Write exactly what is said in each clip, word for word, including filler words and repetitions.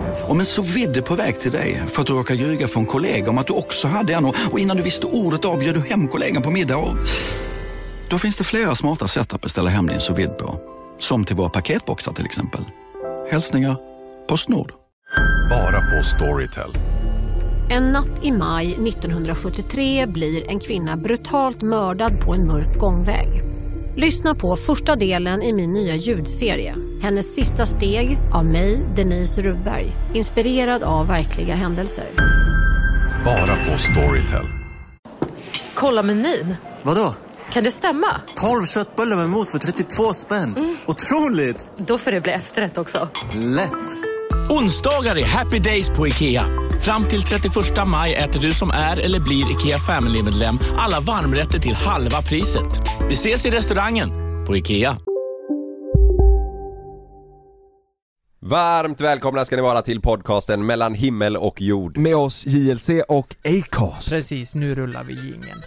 Om en sous vide är på väg till dig för att du råkar ljuga från kollega om att du också hade en, och innan du visste ordet av bjöd du hem kollegan på middag och... Då finns det flera smarta sätt att beställa hem din sous vide på. Som till våra paketboxar till exempel. Hälsningar PostNord. Bara på Storytel. En natt i maj nittonhundrasjuttiotre blir en kvinna brutalt mördad på en mörk gångväg. Lyssna på första delen i min nya ljudserie. Hennes sista steg av mig, Denise Rubberg. Inspirerad av verkliga händelser. Bara på Storytel. Kolla menyn. Vadå? Kan det stämma? tolv köttbullar med mos för trettiotvå spänn. Mm. Otroligt! Då får det bli efterrätt också. Lätt! Onsdagar är happy days på IKEA. Fram till trettioförsta maj äter du som är eller blir IKEA Family-medlem alla varmrätter till halva priset. Vi ses i restaurangen på IKEA. Varmt välkomna ska ni vara till podcasten Mellan himmel och jord. Med oss J L C och Acast. Precis, nu rullar vi jingeln.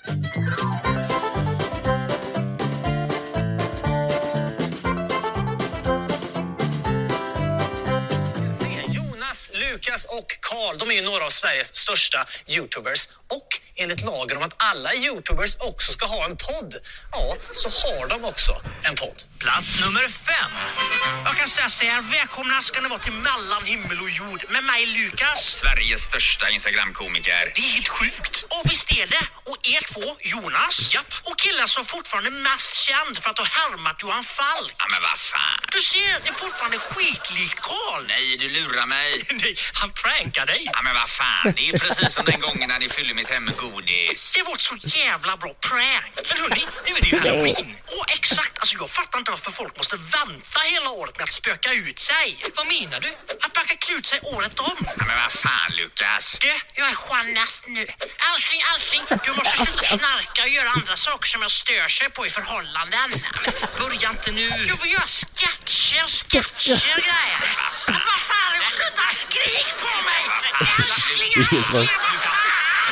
Lukas och Karl, de är ju några av Sveriges största YouTubers. Och enligt lagen om att alla YouTubers också ska ha en podd, ja, så har de också en podd. Plats nummer fem. Jag kan säga så här, välkomna ska ni vara till Mellan himmel och jord med mig Lukas. Sveriges största Instagram-komiker. Det är helt sjukt. Och visst är det. Och er två, Jonas. Japp. Och killen som fortfarande är mest känd för att ha härmat Johan Falk. Ja, men vad fan. Du ser, det är fortfarande skitlikt Karl. Nej, du lurar mig. Nej, han prankar dig. Ja, men vad fan. Det är precis som den gången när ni fyllde mitt hem med godis. Det var ett så jävla bra prank. Men hörni, nu är det ju Halloween. Och exakt, alltså jag fattar inte varför folk måste vänta hela året med att spöka ut sig. Vad menar du? Att man kan klä sig året om. Ja, men vad fan, Lukas. Du, jag är Jeanette nu. Älskling, älskling, du måste sluta snarka och göra andra saker som jag stör sig på i förhållanden. Men börja inte nu. Jag vill göra sketcher, sketcher grejer. Vad fan, jag måste sluta skrik på mig. Älskling, älskling, vad fan.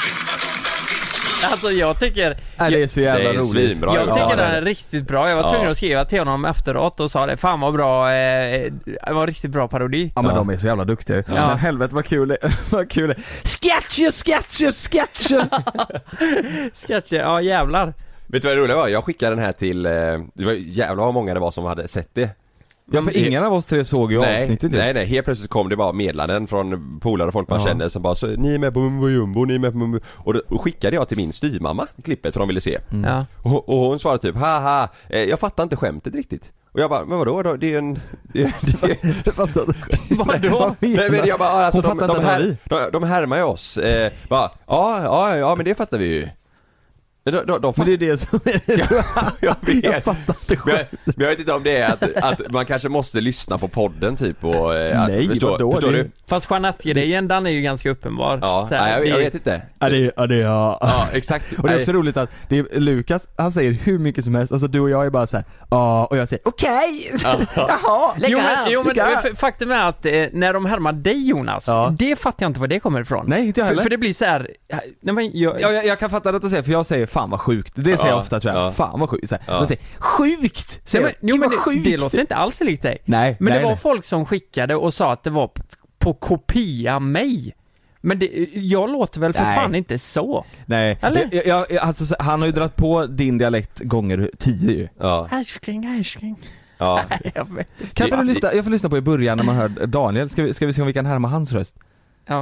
Alltså jag tycker Nej, det är så jävla roligt. Svinbra. Jag tycker ja, den är riktigt bra. Jag var tvungen ja. att skriva till honom efteråt och sa det. Fan vad bra, eh, det var riktigt bra parodi. Ja men ja. de är så jävla duktiga. Ja. Ja. Men helvete vad kul det, vad kul det. Sketcher, sketcher, sketcher. Sketcher, ja jävlar. Vet du vad det roliga var? Jag skickade den här till eh, det var jävla vad många det var som hade sett det. Ja för ingen av oss tre såg ju nej, avsnittet. Nej, nej, helt plötsligt kom det bara meddelanden från polare och folk man ja. känner som bara så, ni är med på Mumbo Jumbo, ni är med på Mumbo. Och då och skickade jag till min styrmamma klippet för de ville se. Mm. Ja. Och, och hon svarade typ, haha, eh, jag fattar inte skämtet riktigt. Och jag bara, men vadå? Då? Det är en... Det är, det är, Jag fattar inte. Vadå? nej, men jag bara, alltså, hon de, fattar de, inte här, de, de härmar ju oss. Eh, bara, ja, ja, ja, men det fattar vi ju. De, de, de Men det är det som är det. jag, jag, vet. Jag fattar inte men jag, själv. men jag vet inte om det är att, att man kanske måste lyssna på podden typ och, att, nej, förstår, vadå? förstår det... du? Fast Jeanette-grejen, den är ju ganska uppenbar. Ja, Så här, nej, jag, det jag är- vet inte. Ja, det är, ja, det är, ja. Ja, exakt. Och det är också roligt att det är Lukas, han säger hur mycket som helst. Alltså du och jag är bara så här, ja, och jag säger okej. Okay. Jaha, lägg Jo men, här, jo, men lägg här. f- faktum är att eh, när de härmar dig Jonas, Ja. det fattar jag inte var det kommer ifrån. Nej, inte jag för, heller. för det blir så här. Nej, men jag, Ja, jag, jag kan fatta det att säga, för jag säger fan vad sjukt. Det säger Ja, jag ofta tror jag. ja. Fan vad sjukt. Så här. Ja. Jag säger, sjukt! Säger Nej, men, jag. jo, Gud, men vad det, sjukt. det låter inte alls likt dig. Nej, Men nej, det var nej. folk som skickade och sa att det var p- på kopia mig. Men det, jag låter väl för Nej. fan inte så. Nej, Eller? jag, jag, jag, alltså, han har ju dragit på din dialekt gånger tio ju. Ja, Älskling, älskling. ja. Jag vet inte. Kan inte Ja, du lyssna, jag får lyssna på i början när man hör Daniel. Ska vi, ska vi se om vi kan härma hans röst? Ja,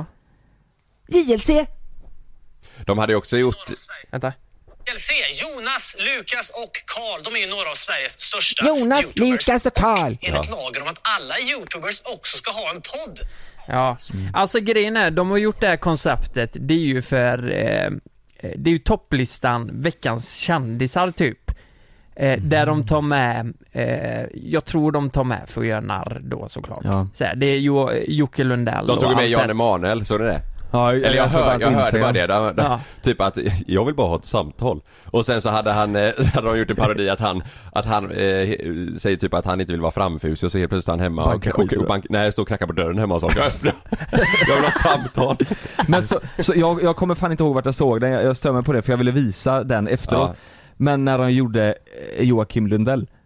J L C! De hade ju också gjort... vänta. L C, Jonas, Lukas och Karl, de är ju några av Sveriges största Jonas, YouTubers. Lukas och Karl. Enligt lagen om att alla YouTubers också ska ha en podd. Ja, alltså grejen är, de har gjort det här konceptet, det är ju för eh, det är ju topplistan veckans kändisar typ. Eh, där de tar med eh, jag tror de tar med för att göra narr då såklart. Ja. Så här, det är jo, Jocke Lundell. De tog och med allt Jan det. Emanuel, så det är. Ja, Eller jag, såg hör, hans jag hörde Instagram. bara det där, där, Ja. typ att jag vill bara ha ett samtal. Och sen så hade han eh, så hade de gjort en parodi att han att han eh, säger typ att han inte vill vara framfusig och så helt plötsligt står han hemma Banka och, och, skit, och bank, nej, står och knackar på dörren hemma och så jag öppnar. Jag vill ha ett samtal. Men så, så jag, jag kommer fan inte ihåg vart jag såg den. Jag, jag stör mig på det för jag ville visa den efteråt. Ja. Men när han gjorde eh, Joakim Lundell,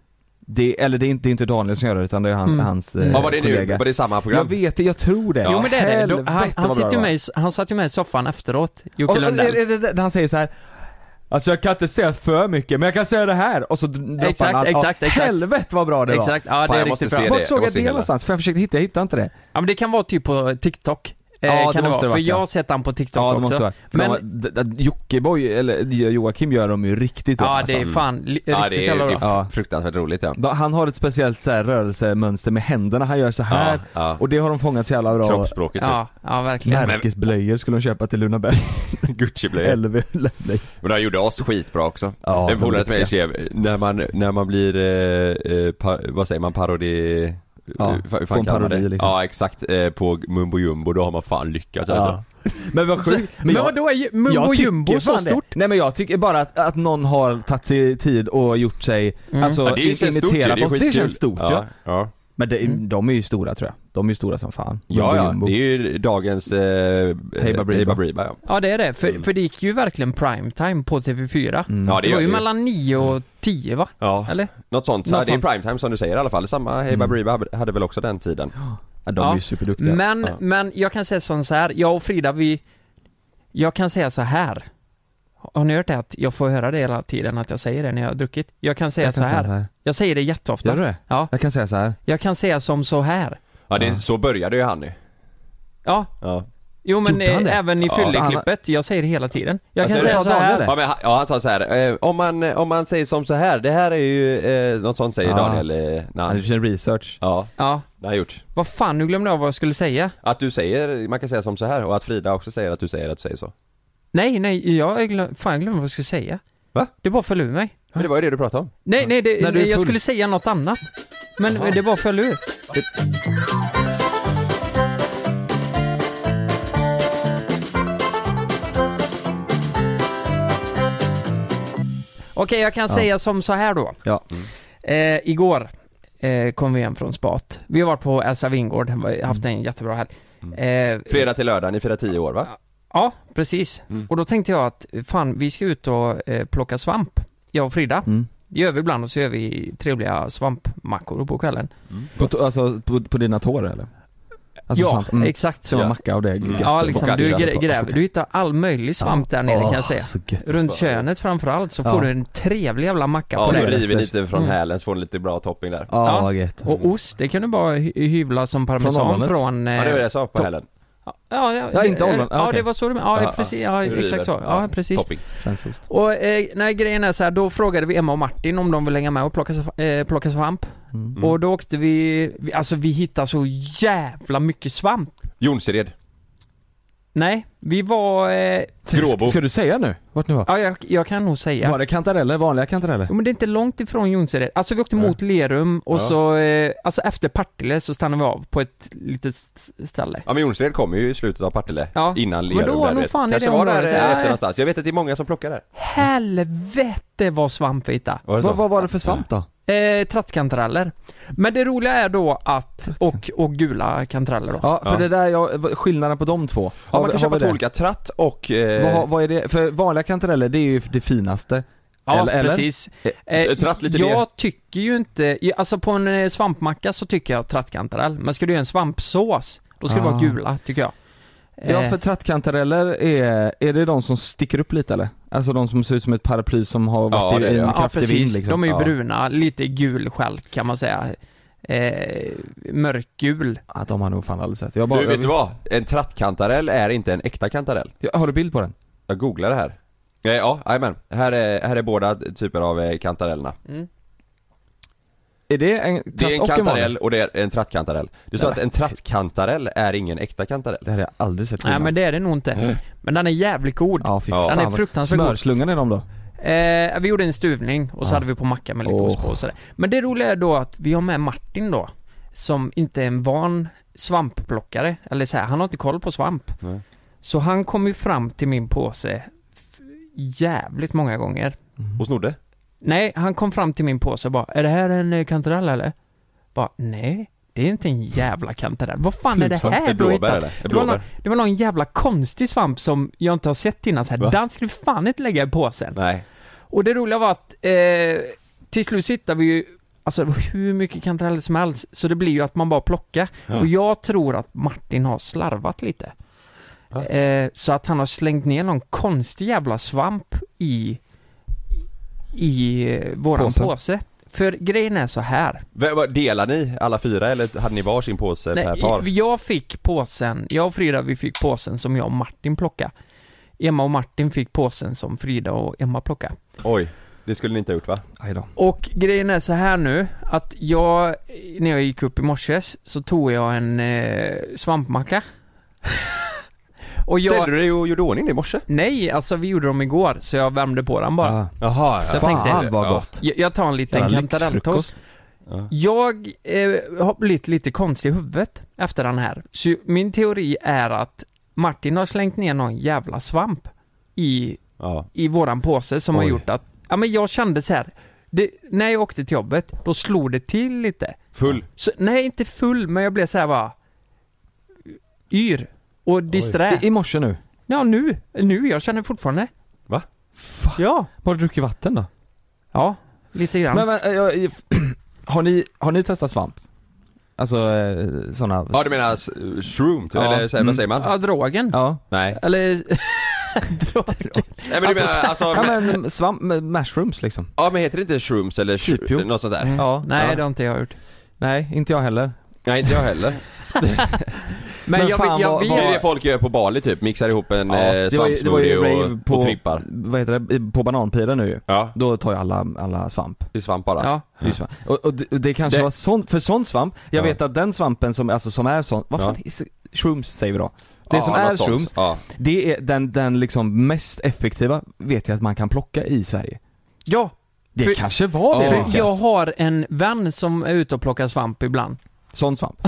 Det, eller det är inte, det är inte Daniel som gör det utan det är han, Mm. hans Mm. eh, Ja, var det kollega. nu? Var det samma program? Jag vet det, jag tror det. Jo men det är det. Då, han, Helvete han, vad bra sitter det ju var. med, i- han satt ju med i soffan efteråt, Jocke Och, och, Lundell. är det, det, han säger så här. Alltså jag kan inte säga för mycket men jag kan säga det här och så d- droppar Exakt, han exakt, exakt. Helvete vad bra det Exakt, ja Fan, det är jag måste riktigt se bra. var. det. Vart såg Jag jag måste det hela. någonstans? För jag försökte hitta, jag hittade inte det. Ja men det kan vara typ på TikTok. Eh, Ja, det kan det måste vara, det för vara, jag har sett han på TikTok Ja, det också. måste vara. För Men, men, de, de, Jockiboi, eller Joakim gör de ju riktigt bra. ja det är alltså. fan li, Ja, riktigt det är, jävla det bra. är fruktansvärt roligt ja. Då- Han har ett speciellt så här, rörelsemönster med händerna, han gör så här Ja, ja. och det har de fångat så jävla bra. Kroppsspråket Ja, ja verkligen. Märkesblöjor skulle de köpa till Lunaberg. Gucci-blöjor. L V. Men de gjorde oss skitbra också. Ja, En de polare till mig riktiga. skrev, när man, när man blir, eh, eh, pa, vad säger man, parodi... Ja, hur fan få en kallar man parodi det? liksom. Ja exakt, eh, på Mumbo Jumbo, då har man fan lyckats alltså. Ja. Men vad sjukt. Men, men vadå, är ju- Mumbo jag tycker Jumbo så fan det. stort? Nej men jag tycker bara att, att någon har tagit sig tid och gjort sig, Mm. alltså Ja, det känns stort ju, imiterat det är oss, det skitkul. känns stort ja. Ja, ja. Men det, de är ju stora tror jag, de är ju stora som fan. Ja, Mumbo ja, Jumbo. det är ju dagens eh, Hey Baberiba. Hey Baberiba, ja. Ja det är det, för, Mm. för det gick ju verkligen primetime på T V fyra. Mm. Ja, Det var gör ju det. mellan nio och tio va? Ja, Eller? något sånt. Något ja, det är sånt. primetime som du säger i alla fall. Samma Hey Mm. Baberiba hade- hade väl också den tiden. Ja, de är Ja. ju superduktiga. Men, Ja. men jag kan säga sån så här, jag och Frida vi, jag kan säga så här. Har ni hört det att jag får höra det hela tiden att jag säger det när jag har druckit? Jag kan säga jag kan så här. säga så här. Jag säger det jätteofta. Gör du det? Ja, Jag kan säga så här. jag kan säga som så här. Ja, det, Ja. så började ju han nu. Ja, Ja. jo men Gjorde han det? eh, även i Ja, fylleklippet, jag säger det hela tiden. Jag kan Alltså, säga sa så Daniel här. det? Ja, men, han- ja han sa så här. Eh, om, man, om man säger som så här, det här är ju eh, något sånt säger Ja. Daniel eh, när Han han, gjorde en research. ja, Ja, det har jag gjort. vad fan, nu glömde jag vad jag skulle säga. Att du säger, man kan säga som så här och att Frida också säger att du säger att du säger så. Nej, nej, jag glöm, fan jag glömde vad jag skulle säga. Va? Det bara föll ur mig. Men det var ju det du pratade om. Nej, nej, det, När du är jag full. skulle säga något annat. Men det bara föll ur. Okej, jag kan säga som så här då. Ja. Eh, igår eh, kom vi hem från spat. Vi har varit på Elsa Vingård, har haft en jättebra helg. Eh, Fredag till lördag, ni firar tio år va? Ja, precis. Mm. Och då tänkte jag att fan, vi ska ut och eh, plocka svamp. Jag och Frida. Mm. Det gör vi ibland och så gör vi trevliga svampmackor på kvällen. På, to- alltså på, på dina tår eller? Alltså ja, svamp. Mm. exakt. Så en Ja. macka av det. Mm. Gött. Ja, liksom, du Focaccia. grä- gräver. Du hittar all möjlig svamp där nere kan jag Åh, säga. så gött. Runt könet framförallt så Ja. får du en trevlig jävla macka Ja, på du det. river lite från Mm. hälen så får du lite bra topping där. Ja, Ja. vad gött. Och ost, det kan du bara hy- hyvla som parmesan ollonet? från... eh, Ja, det var det jag sa på to- hälen. Ja, ja, Ja, inte ollon. Ja, Ja, okej. det var så du ja, Ja, precis, ja. ja, Du river. exakt så. Ja, precis. Topping. Svenssost. Och eh, när grejen är så här, då frågade vi Emma och Martin om de vill hänga med och plocka, sv- eh, plocka svamp. Mm. Och då åkte vi, vi, alltså vi hittade så jävla mycket svamp. Jonsered. Nej, vi var, eh, Gråbo. Ska du säga nu? Vart ni var? ja jag, jag kan nog säga. Var det kantareller? Vanliga kantareller? Jo, men det är inte långt ifrån Jonsered. Alltså vi åkte mot Lerum och Ja. så, eh, alltså efter Partille så stannade vi av på ett litet st- ställe. Ja men Jonsered kommer ju i slutet av Partille, Ja. innan Men Lerum då var där, nog vet. fan i Kanske det var där området. eh, Ja. efter någonstans. Jag vet att det är många som plockar där. Helvete vad svamp vi hittade. Var det så? Vad, vad var det för svamp då? Eh, trattkantareller. Men det roliga är då att, och, och gula kantareller då. Ja, för Ja. det där, jag, skillnaden på de två. Ja, Har man vi- kan har köpa vi två det? olika, tratt och... Eh, Vad, har- vad är det? För vanliga kantareller, det är ju det finaste. Ja, eller, eller? precis. Eh, Eh, tratt lite jag mer. tycker ju inte, ja, alltså på en eh, svampmacka så tycker jag trattkantarell. Men ska du göra en svampsås, då ska det Ah. vara gula tycker jag. Ja, Eh, för trattkantareller är, är det de som sticker upp lite eller? Alltså de som ser ut som ett paraply som har varit Ja, det är i det. en ja, kraftig precis. vind liksom. De är ju Ja. bruna, lite gul skälk kan man säga. Eh, mörkgul. Ja, de har nog fan aldrig sett. Jag bara, Du, jag vet du visst- vad? En trattkantarell är inte en äkta kantarell. Ja, har du bild på den? Jag googlar det här. Eh, Ja, jajamän. Här är, här är båda typer av eh, kantarellerna. Mm. Är det en Det är en tratt och en kantarell vanlig? och det är en trattkantarell. Det är så Nej, att en trattkantarell är ingen äkta kantarell. Det här har jag aldrig sett Nej innan. men det är det nog inte. Men den är jävligt god. Ja, fy Ja. fan Den är vad- fruktansvärt god. Smörslungan är de då? Eh, vi gjorde en stuvning och så Ja. hade vi på macka med lite Åh. ost på och sådär. Men det roliga är då att vi har med Martin då, som inte är en van svampplockare, eller så här, han har inte koll på svamp. Nej. Så han kom ju fram till min påse f- jävligt många gånger. Och snodde? Nej, han kom fram till min påse och bara, är det här en eh, kantarell eller? Bara, nej, det är inte en jävla kantarell. Vad fan är det Flugsvamp. här Ett du har blåbär hittat? eller? Ett Det var, någon, blåbär? det var någon jävla konstig svamp som jag inte har sett innan så här. Va? Den skulle du fan inte lägga i påsen. Nej. Och det roliga var att eh, till slut sitter vi ju, alltså hur mycket kantareller som helst, så det blir ju att man bara plockar. Ja. Och jag tror att Martin har slarvat lite. Ja. Eh, så att han har slängt ner någon konstig jävla svamp i i våran påse. påse. För grejen är så här. Delar ni alla fyra eller hade ni var sin påse Nej, per par? Jag fick påsen, jag och Frida vi fick påsen som jag och Martin plockade. Emma och Martin fick påsen som Frida och Emma plockade. Oj, det skulle ni inte ha gjort, va? Aj då. Och grejen är så här nu, att jag, när jag gick upp i morse så tog jag en eh, svampmacka. Och jag... Ställde du dig och gjorde ordning det i morse? Nej, alltså vi gjorde dem igår, så jag värmde på den bara. Ah. Jaha, så jag fan tänkte, vad gott. Jag, jag tar en liten kantarelltoast. Ja. Jag eh, har blivit lite konstig i huvudet efter den här. Så min teori är att Martin har slängt ner någon jävla svamp i, ja. i våran påse som Oj. har gjort att, ja men jag kände så här. Det, när jag åkte till jobbet, då slog det till lite. Full? Så, nej, inte full, men jag blev så här bara yr och disträ. I, I morse nu? Ja, nu. Nu, jag känner fortfarande. Va? Fan. Ja. Har du druckit vatten då? Ja, lite grann. Men, men jag, har, ni, har ni testat svamp? Alltså sådana... Ja, du menar shroom, typ, ja. eller så, mm. vad säger man? Ja, drogen. Ja. Nej. Eller... drogen. Nej, men du menar, alltså... Ja, men svamp, mushrooms liksom. Ja, men heter det inte shrooms eller sh- något sånt där? Mm. Ja. Nej, ja. det har inte jag gjort. Nej, inte jag heller. Nej, inte jag heller. Men, men jag, jag, jag vad, vet... Det är det folk gör på Bali typ, mixar ihop en ja, svampsmoothie och, på, och trippar. Vad heter det? På bananpira nu. Ja. Då tar jag alla, alla svamp. Det är svamp bara. Ja. Det är svamp. Och, och det, det kanske det... var sån, för sån svamp. Jag ja. vet att den svampen som, alltså, som är sån, vad fan ja. är shrooms säger vi då? Det ja, som är shrooms, ja. det är den, den liksom mest effektiva, vet jag att man kan plocka i Sverige. Ja. Det för, kanske var det. För jag har en vän som är ute och plockar svamp ibland. Sån svamp.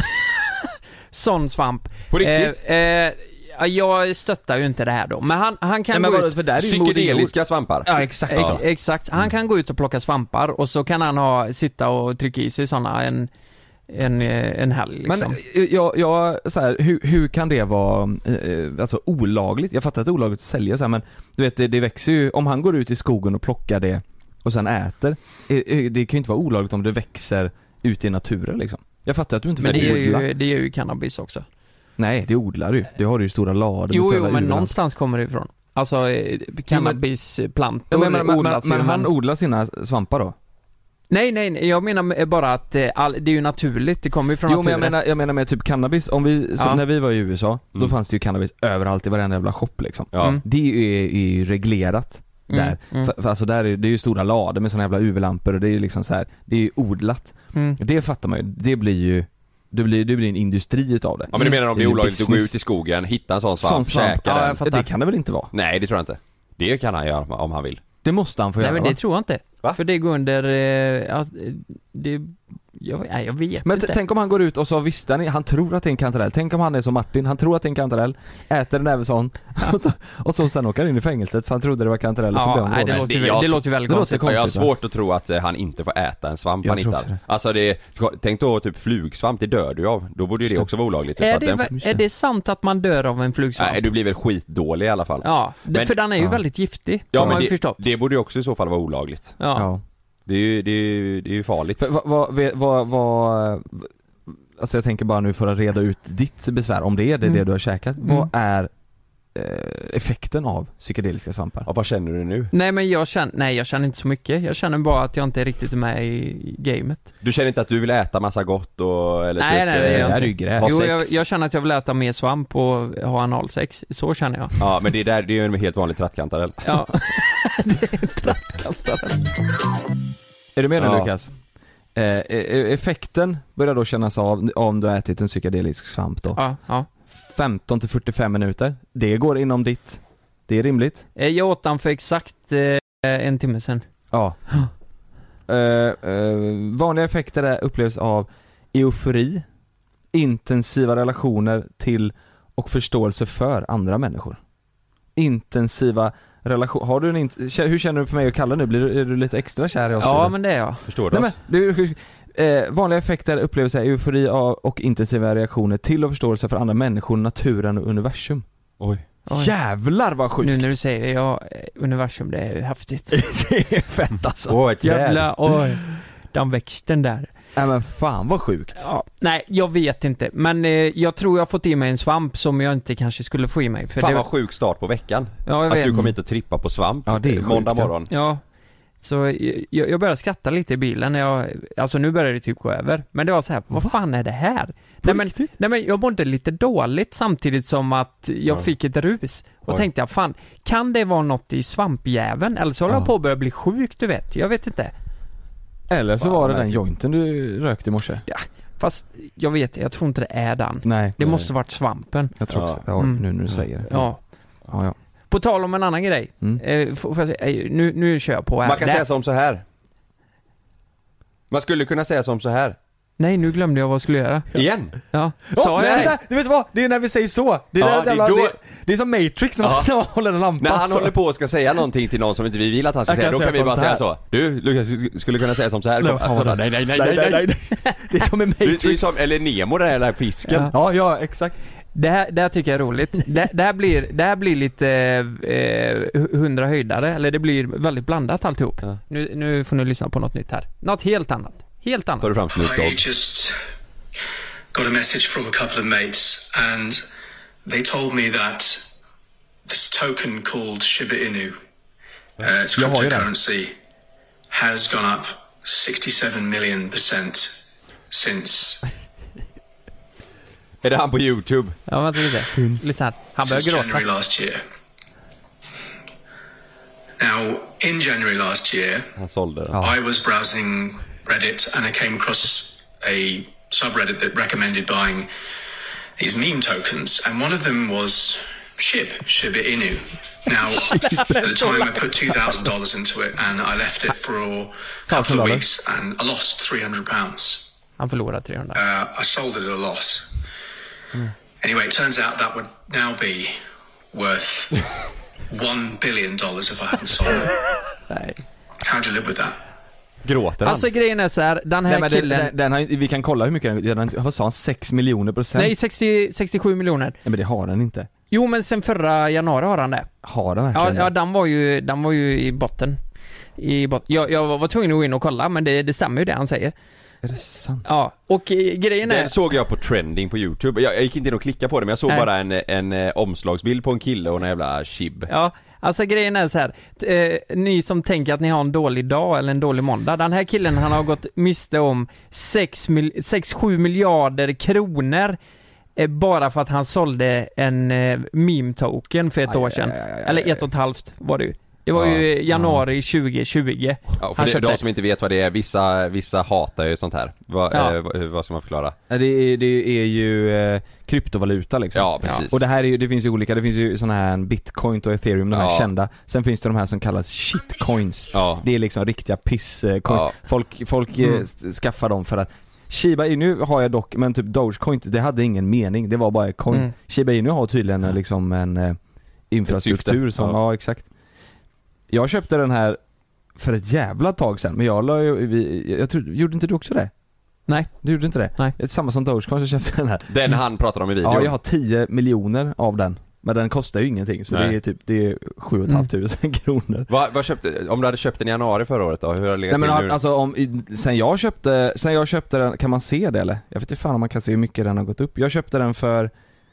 Sån svamp. På riktigt? Eh, eh, jag stöttar ju inte det här då. Men han, han kan Nej, gå men ut... För där är psykedeliska svampar. Ja, exakt. Ex, exakt. Han kan gå ut och plocka svampar och så kan han ha, sitta och trycka i sig såna en, en, en helg liksom. Men jag, jag så här, hur, hur kan det vara eh, alltså olagligt? Jag fattar att det är olagligt att sälja så här, men du vet, det, det växer ju, om han går ut i skogen och plockar det och sen äter, det kan ju inte vara olagligt om det växer ute i naturen liksom. Jag fattar att du inte får men det är odla. ju, det är ju cannabis också. Nej, det odlar du. Det har du ju stora lader. Jo, jo men någonstans kommer det ifrån. Alltså cannabisplantor men, men, men, odlas men, men han men... odlar sina svampar då? Nej, nej, jag menar bara att all, det är ju naturligt, det kommer ju från jo, naturen. Jo, men jag menar, jag menar med typ cannabis, om vi, ja. när vi var i U S A, då mm. fanns det ju cannabis överallt i varenda jävla shop liksom. Ja. Mm. Det är ju, är ju reglerat där. Mm. Mm. För, för alltså där är det är ju stora lader med såna jävla U V-lampor och det är ju liksom så här, det är ju odlat. Mm. Det fattar man ju, det blir ju det blir, det blir en industri utav det. Ja, men du menar om det är olagligt att gå ut i skogen, hitta en sån svamp, sån svamp. käka Ja, den. ja, det kan det väl inte vara? Nej, det tror jag inte. Det kan han göra om han vill. Det måste han få nej, göra. Nej, men det va? tror jag inte. Va? För det går under eh, att, det jag, nej, jag vet men inte. Men tänk om han går ut och så visste han, han tror att det är en kantarell. Tänk om han är som Martin, han tror att det är en kantarell, äter en även sån och, så, och så sen åker han in i fängelset för han trodde det var kantarell. Ja, så blev han nej, det, låter ju, det låter ju väldigt konstigt. konstigt. Jag har svårt att tro att han inte får äta en svamp han hittar. Alltså det, tänk då typ flugsvamp, det dör du av. Då borde ju det också vara olagligt. Är det, den, är det sant att man dör av en flugsvamp? Nej, du blir väl skitdålig i alla fall. Ja, men, för den är ju ja. väldigt giftig. Ja, men man det, förstått. det borde ju också i så fall vara olagligt. Ja. ja. Det är ju, det är ju, det är ju farligt. Vad, vad, vad, vad, alltså jag tänker bara nu för att reda ut ditt besvär, om det är det, mm. det du har käkat. Mm. Vad är eh, effekten av psykedeliska svampar? Ja, vad känner du nu? Nej, men jag känner, nej, jag känner inte så mycket. Jag känner bara att jag inte är riktigt med i gamet. Du känner inte att du vill äta massa gott och eller nej, typ, nej, nej, äh, jag, ryggrät. Jo, jag, jag känner att jag vill äta mer svamp och ha analsex. Så känner jag. Ja, men det där, det är ju en helt vanlig trattkantarell. Ja. Det är en trattkantarell. Är du med nu, ja. Lukas? Eh, effekten börjar då kännas av om du har ätit en psykedelisk svamp då. Ja, ja. femton till fyrtiofem minuter. Det går inom ditt. Det är rimligt. Jag åt den för exakt eh, en timme sedan. Ja. eh, eh, vanliga effekter är, upplevs av eufori, intensiva relationer till och förståelse för andra människor. Intensiva relation. Har du en int- hur känner du för mig och Kalle nu? Blir du, är du lite extra kär i oss? Ja, eller? men det är jag. Förstår du? Nej, men, du, eh, vanliga effekter upplevs av eufori av och intensiva reaktioner till och förståelse för andra människor, naturen och universum. Oj. Oj. Jävlar vad sjukt. Nu när du säger det, ja, universum, det är häftigt. Det är fett alltså. Åh, ett jävla, oj. den växten där. Nej men fan vad sjukt. Ja, nej, jag vet inte. Men eh, jag tror jag har fått i mig en svamp som jag inte kanske skulle få i mig. För Fan det... vad sjuk start på veckan. Ja, jag att vet. du kom hit och trippa på svamp ja, det är måndag sjukt, morgon. Ja. Så jag, jag började skratta lite i bilen när jag, alltså nu börjar det typ gå över. Men det var så här, vad fan är det här? Nej men, nej men jag mådde lite dåligt samtidigt som att jag ja. fick ett rus. Och Oj. tänkte jag, fan, kan det vara något i svampjäveln? Eller så håller ja. jag på att börja bli sjuk, du vet. Jag vet inte. Eller så Fan, var det nej. den jointen du rökte i morse. Ja, fast jag vet, jag tror inte det är den. Nej. Det nej. måste varit svampen. Jag tror också. Ja, Mm. nu när du säger det. Ja. Ja, ja. På tal om en annan grej. Mm. Eh, får jag säga, eh, nu, nu kör jag på här. Man kan Det- säga som så här. Man skulle kunna säga som så här. Nej, nu glömde jag vad jag skulle göra. Igen? Ja. Ja, Sa jag nej, det? det? Du vet vad? Det är när vi säger så. Det är, Ja, där det är jävla, då- det, det är som Matrix när man, Ja. man håller en lampa. När han så. håller på och ska säga någonting till någon som inte vi vill att han ska Jag säga, kan då säga kan vi som bara så säga här. så. Du, Lukas, du skulle kunna säga som så här. Nej, fan, Sådär, vad- nej, nej, nej, nej, nej, nej. Det är som i Det, Matrix. det är som, eller Nemo, den där fisken. Ja. Ja, ja, exakt. Det här, det här tycker jag är roligt. Det, det, här, blir, det här blir lite eh, hundra höjdare, eller det blir väldigt blandat alltihop. Ja. Nu, nu får ni lyssna på något nytt här. Något helt annat. Helt annat. Tar du fram Snoop I Dogg. just got a message from a couple of mates, and they told me that this token called Shiba Inu, uh, it's Jag har ju den. cryptocurrency, has gone up sixty-seven million percent since Är det han på YouTube? Ja, vänta lite. Lyssna här. Han börjar since January gråta. last year. Now, in January last year, Han sålde den. Ja. I was browsing Reddit and I came across a subreddit that recommended buying these meme tokens, and one of them was Shib, Shiba Inu. Now, at the time, I put two thousand dollars into it, and I left it for a couple of weeks, and I lost three hundred pounds. Han förlorar trehundra. Uh, I sold it at a loss. Anyway, it turns out that would now be worth one billion dollars if I hadn't sold it. Nej. How'd you live with that? Gråter han? Alltså grejen är så här, den här Nej, men den, killen... den, den har, vi kan kolla hur mycket den, den vad sa han, sex miljoner procent? Nej, sextio, sextiosju miljoner. Nej men det har den inte. Jo, men sen förra januari har han det. Har den Ja, verkligen ja det? den, var ju, den var ju i botten. I bot- jag, jag var tvungen att gå in och kolla, men det, det stämmer ju det han säger. Är det sant? Ja, och eh, grejen är... Den såg jag på trending på YouTube. Jag, jag gick inte in och klickade på det, men jag såg Nej. bara en, en, en omslagsbild på en kille och en jävla shib. Ja, alltså grejen är så här. T- eh, ni som tänker att ni har en dålig dag eller en dålig måndag. Den här killen, han har gått miste om sex sju miljarder kronor eh, bara för att han sålde en eh, meme token för ett Aj, år aj, sedan. aj, aj, aj, Eller aj. ett och ett halvt var det ju. Det var Ja, ju januari tjugo tjugo. Ja, för Han det, köpte- de som inte vet vad det är, vissa, vissa hatar ju sånt här. Va, Ja. eh, vad, vad ska man förklara? Ja, det, är, det är ju eh, kryptovaluta liksom. Ja, precis. Och det här är ju, det finns ju olika, det finns ju såna här bitcoin och ethereum, de här Ja. kända. Sen finns det de här som kallas shitcoins. Ja. Det är liksom riktiga piss-coins. Ja. Folk, folk Mm. eh, s- skaffar dem för att Shiba Inu har jag dock, men typ Dogecoin, det hade ingen mening, det var bara ett coin. Mm. Shiba Inu har tydligen eh, liksom en eh, infrastruktur Ett syfte. som, ja. Ja. exakt. Jag köpte den här för ett jävla tag sedan, men jag la ju, vi, jag tror, gjorde inte du också det? Nej. Du gjorde inte det? Nej. Det är samma som Dogecoin, så köpte jag den här. Den han pratar om i videon. Ja, jag har tio miljoner av den. Men den kostar ju ingenting, så Nej. det är typ, det är sju och ett halvt tusen kronor. Vad, vad köpte, om du hade köpt den i januari förra året då, hur har det legat Nej men till nu? alltså om, i- sen jag köpte, sen jag köpte den, kan man se det eller? Jag vet inte fan om man kan se hur mycket den har gått upp. Jag köpte den för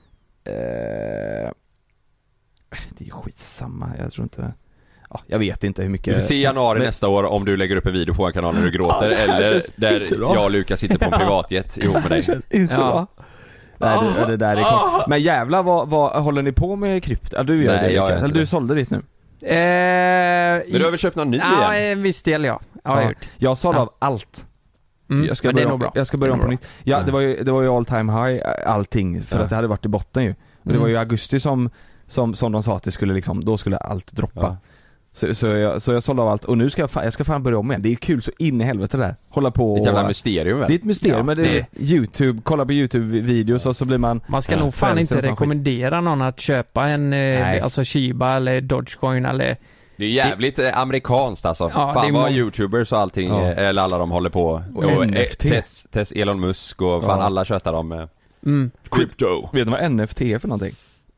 eh, det är ju skitsamma, jag tror inte. Ja, jag vet inte hur mycket. Du får se i januari men- nästa år om du lägger upp en video på vår kanal när du gråter, Ja, det här eller känns där inte bra. jag och Lukas sitter på en privatjet ihop med dig. Inte Ja. bra. Nej, det, det där är kom. Men jävlar, vad, vad håller ni på med krypto? Ja, du gör Nej, det, jag gör Rickard. inte Eller du det. sålde ditt nu. Eh, Men du har väl köpt någon ny ja, igen? en viss del ja. Ja, har jag gjort. Jag sålde Ja. av allt. Mm, Jag ska men det är börja, nog bra. jag ska börja Det om är på nog nytt. Ja, Ja. det var ju, det var ju all time high allting, för Ja. att det hade varit i botten ju. Och det Mm. var ju i augusti som, som, som de sa att det skulle liksom, då skulle allt droppa. Ja. Så, så, jag, så jag sålde av allt, och nu ska jag, fa- jag ska fan börja om igen. Det är kul så in i helvete där. Hålla på Ett jävla och, mysterium väl? det är ett mysterium, Ja, men det är YouTube, kolla på YouTube-videos och så blir man Man ska Ja, nog fan frälst inte en sån rekommendera någon att köpa en, eh, Nej. alltså Shiba eller Dogecoin eller... Det är jävligt eh, amerikanskt alltså. Ja, det Fan är vad mång- youtubers och allting, Ja. eh, eller alla de håller på. Och eh, N F T. Tess, Tess Elon Musk och fan Ja. alla köttar dem med Mm. crypto. Vet du vad N F T är för någonting?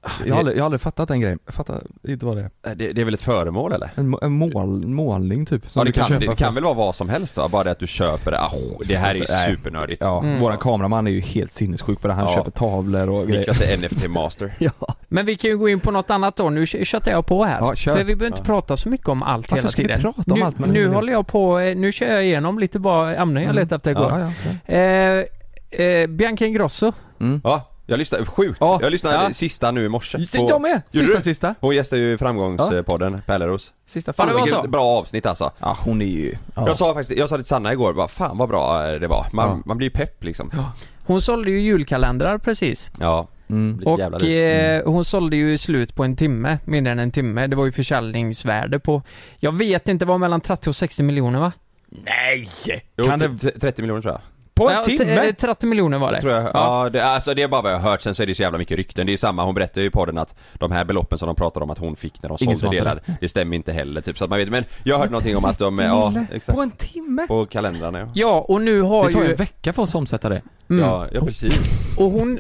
Jag har aldrig, jag har aldrig fattat den grejen. Jag fattar inte vad det är. Det, det är väl ett föremål eller? En, en mål, målning typ. Ja, det kan, kan, köpa det kan väl vara vad som helst va? Bara det att du köper det. Oh, det här är ju supernördigt. Ja, Mm. våran kameraman är ju helt sinnessjuk på det. Han Ja. köper tavlor och grejer. Niklas är N F T master. Ja. Men vi kan ju gå in på något annat då. Nu köttar jag på här. Ja, kör. För vi behöver inte Ja. prata så mycket om allt Varför hela ska vi tiden. prata om nu, allt med nu den? håller jag på, nu kör jag igenom lite bara ämnen jag Mm. letade efter igår. Ja, ja, Eh, eh, Bianca Ingrosso. Mm. Ja, jag lyssnade, sjukt. Ja. Jag lyssnade Ja. sista nu i morse. Ja. Jag med! Gjorde Sista du? sista. Hon gästade ju framgångspodden, Pärleros. Sista Ja, det var vilket så. bra avsnitt alltså. Ja, hon är ju... Ja. Jag sa faktiskt, jag sa till Sanna igår, bara, fan vad bra det var. Man, Ja. man blir ju pepp liksom. Hon sålde ju julkalendrar precis. Ja. Mm. Blir jävla Och dyrt. eh, hon sålde ju slut på en timme, mindre än en timme. Det var ju försäljningsvärde på, jag vet inte, vad mellan trettio och sextio miljoner va? Nej! Jo, Kan t- det... t- trettio miljoner tror jag. På en Ja, t- timme? eh, trettio miljoner var det. Tror jag. Ja. Ja, det, alltså det är bara vad jag har hört. Sen så är det så jävla mycket rykten. Det är ju samma, hon berättade ju på den att de här beloppen som de pratar om att hon fick när de Ingen sålde som har delar, det stämmer inte heller typ, så att man vet. Men jag har hört någonting om att de, ja, exakt. På en timme? På kalendrarna ja. Ja, och nu har Det tar ju ju... en vecka för oss att omsätta det. Mm. Ja, ja precis. Och hon...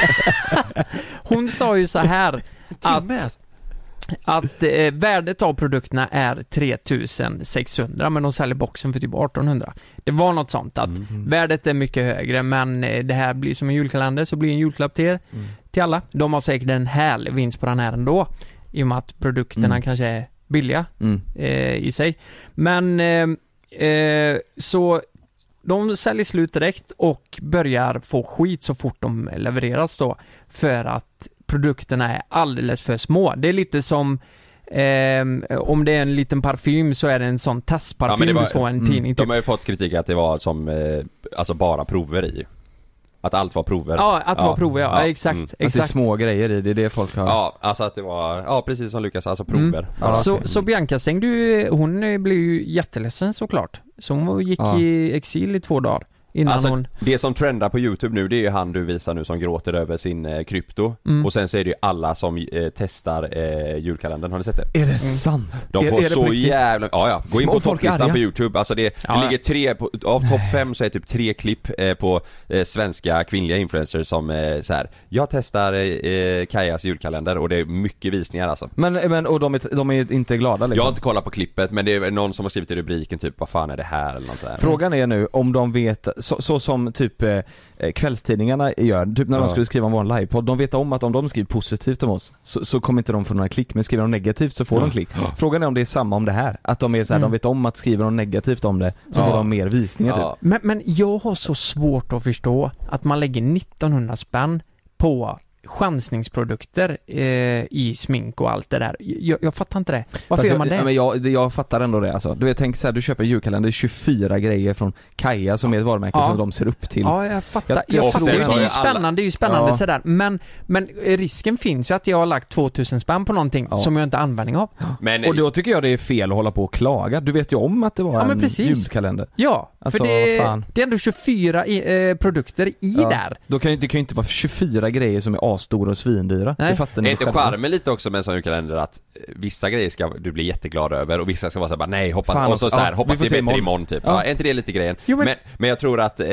hon sa ju så här att... Att eh, värdet av produkterna är tre tusen sexhundra, men de säljer boxen för typ artonhundra. Det var något sånt att Mm. värdet är mycket högre, men eh, det här blir som en julkalender, så blir en julklapp till er, Mm. till alla. De har säkert en härlig vinst på den här ändå, i och med att produkterna Mm. kanske är billiga Mm. eh, i sig. Men eh, eh, så de säljer slut direkt och börjar få skit så fort de levereras då, för att produkterna är alldeles för små. Det är lite som eh, om det är en liten parfym så är det en sån testparfym, Ja, men det var- du får en mm, tidning De typ. har ju fått kritik att det var som, eh, alltså bara prover i. Att allt var prover. Ja, att det var prover, ja, Ja, exakt, mm. Att det är exakt. små grejer i, det är det folk har... Ja, alltså att det var, ja precis som Lukas, alltså prover. Mm. Ja, så, okej. så Bianca stängde ju, hon eh, blev ju jätteledsen såklart. Så hon gick Ja. i exil i två dagar innan Alltså, hon... det som trendar på YouTube nu, det är ju han du visar nu som gråter över sin eh, krypto. Mm. Och sen så är det ju alla som eh, testar eh, julkalendern, har ni sett det? Är det sant? De är, får är det på så riktigt? jävla, ja ja, gå in Och på folk är topplistan arga. på YouTube. Alltså det, Ja, det ja. ligger tre, på, av topp fem så är typ tre klipp eh, på eh, svenska kvinnliga influencers som eh, så här. Jag testar eh, Kajas julkalender och det är mycket visningar alltså. Men, men och de är, de är inte glada liksom? Jag har inte kollat på klippet, men det är någon som har skrivit i rubriken typ, vad fan är det här eller något så här. Frågan är nu om de vet, så, så som typ eh, kvällstidningarna gör, typ när de Ja. skulle skriva om vår livepodd, de vet om att om de skriver positivt om oss så, så kommer inte de få några klick, men skriver de negativt så får de klick. Frågan är om det är samma om det här, att de är så här, Mm. de vet om att skriver de negativt om det så Ja. får de mer visningar typ. Ja. Men, men jag har så svårt att förstå att man lägger nittonhundra spänn på chansningsprodukter eh, i smink och allt det där. Jag, jag fattar inte det. Varför Fast gör man jag, det? Men jag, det- jag fattar ändå det alltså. Du vet, tänk så här, du köper en julkalender, tjugofyra grejer från Kaja som är ett varumärke Ja. som de ser upp till. Ja, jag fattar. Jag- Jag, jag fattar. tror Det, så. det är ju Alla- spännande, det är ju spännande Ja. sådär. Men, men risken finns ju att jag har lagt tvåtusen spänn på någonting Ja. som jag inte har användning av. Men Och då tycker jag det är fel att hålla på och klaga. Du vet ju om att det var Ja, men en precis. julkalender. Ja, Alltså, för det, fan. det är ändå tjugofyra i, eh, produkter i Ja. där. Då kan ju, det kan ju inte vara tjugofyra grejer som är asstora och svindyra. Nej. Det fattar är ni inte själva. charmen lite också med en sån julkalender att eh, vissa grejer ska du bli jätteglad över och vissa ska vara såhär bara nej hoppas, Fan, och så, så här, ja, hoppas vi får det är se bättre imorgon. imorgon typ. Ja. Ja. Är inte det lite grejen? Jo, men- men... Men, jag tror att eh,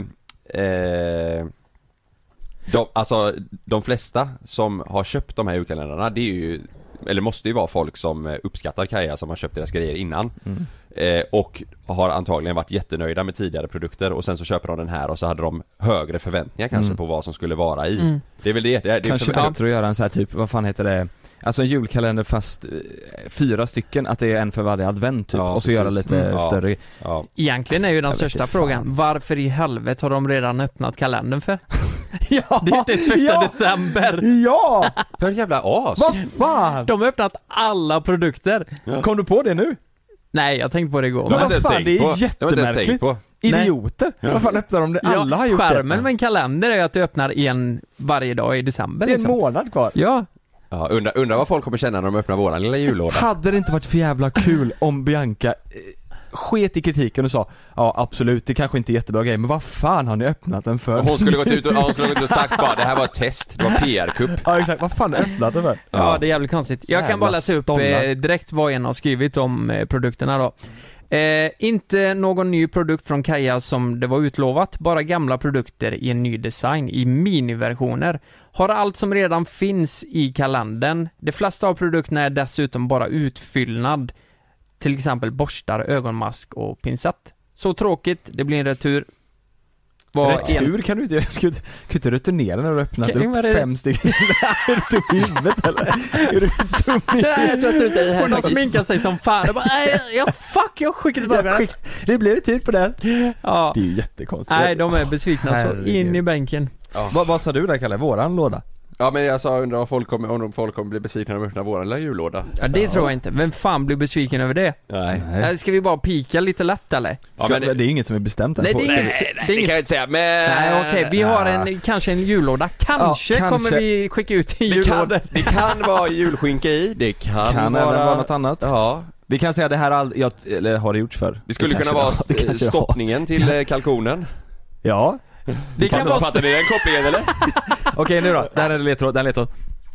eh, de, alltså de flesta som har köpt de här julkalendrarna, det är ju, eller måste ju vara folk som eh, uppskattar Kaja, som har köpt deras grejer innan. Mm. Eh, och har antagligen varit jättenöjda med tidigare produkter och sen så köper de den här och så hade de högre förväntningar kanske Mm. på vad som skulle vara i. Mm. Det är väl det, det, är, det är Kanske för, bättre att göra en så här typ, vad fan heter det? Alltså en julkalender fast eh, fyra stycken, att det är en för varje advent typ, Ja, och så precis. göra lite Mm. Ja. större. ja. Egentligen är ju den Jag vet största inte fan. frågan, varför i helvete har de redan öppnat kalendern för? Ja! Det är inte första ja! december. Ja! För en jävla as! Vad fan! De har öppnat alla produkter. Kom du på det nu? Nej, jag tänkte på det igår. Men Jag har vad inte ens fan, tänkt det är på. Jag har inte ens tänkt jättemärkligt. på. Idioter! Vad fan öppnar de det? Alla har gjort skärmen det. med en kalender är ju att du öppnar en varje dag i december Det är en liksom. månad kvar. Ja, Ja, undrar, undrar vad folk kommer känna när de öppnar våran lilla jullåda. Hade det inte varit för jävla kul om Bianca eh, sket i kritiken och sa ja absolut, det kanske inte är jättebra grej, men vad fan har ni öppnat den för? Hon skulle gått ut och, ja, hon skulle gått ut och sagt bara det här var ett test, det var P R-kupp. Ja exakt, vad fan har ni öppnat den för? ja. det är jävligt konstigt. Jag kan Jävla bara läsa upp stollar. eh, direkt vad en har skrivit om eh, produkterna då. Eh, inte någon ny produkt från Kaja som det var utlovat, bara gamla produkter i en ny design i miniversioner. Har allt som redan finns i kalendern. De flesta av produkterna är dessutom bara utfyllnad. Till exempel borstar, ögonmask och pinsett. Så tråkigt, det blir en retur. Var retur en... kan du inte, kan du, kan du inte returnera när du öppnar Kan- upp vad är det? fem stycken. Är du dum i huvudet eller? Är du dum i huvudet? Hon har sminkat sig som fan. Jag bara, nej, ja, fuck, jag skickar tillbaka den. Skick, det blev retur på den. Ja. Det är ju jättekonstigt. Nej, de är besvikna så Herregud. in i bänken. Ja. Vad, vad sa du där, Kalle? Våran låda? Ja, men jag sa undrar om folk kommer, om folk kommer bli besvikna när de öppnar våran lilla jullåda. Ja, det tror jag inte. Vem fan blir besviken över det? Nej. Nej. Ska vi bara pika lite lätt eller? Ska, men det, det- det är inget som är bestämt än. Nej, det är Får- inget, Nej, det är det inget kan jag inte säga, men... Nej, okej, vi har en, kanske en jullåda. Kanske, Ja, kanske. kommer vi skicka ut i Det kan, jullådor. det kan vara julskinka i, det kan, Kan vara... även vara något annat. Ja, Vi kan säga det här all, jag, eller har det gjorts för? det skulle kunna vara det kanske det har. stoppningen till eh, kalkonen. Ja. Det kan vara... Fattar ni den kopplingen eller? Okej, nu då. Där är det ledtråd, där är ledtråd.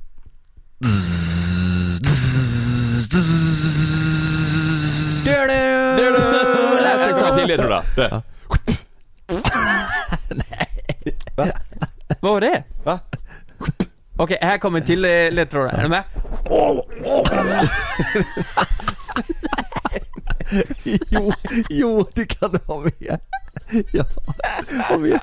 Lät det som. Till ledtrådar. Ja. Vad var det? Va? Okej, här kommer en till eh, ledtråd. Är du med? Jo, jo, det kan du ha med. Ja, jag vet.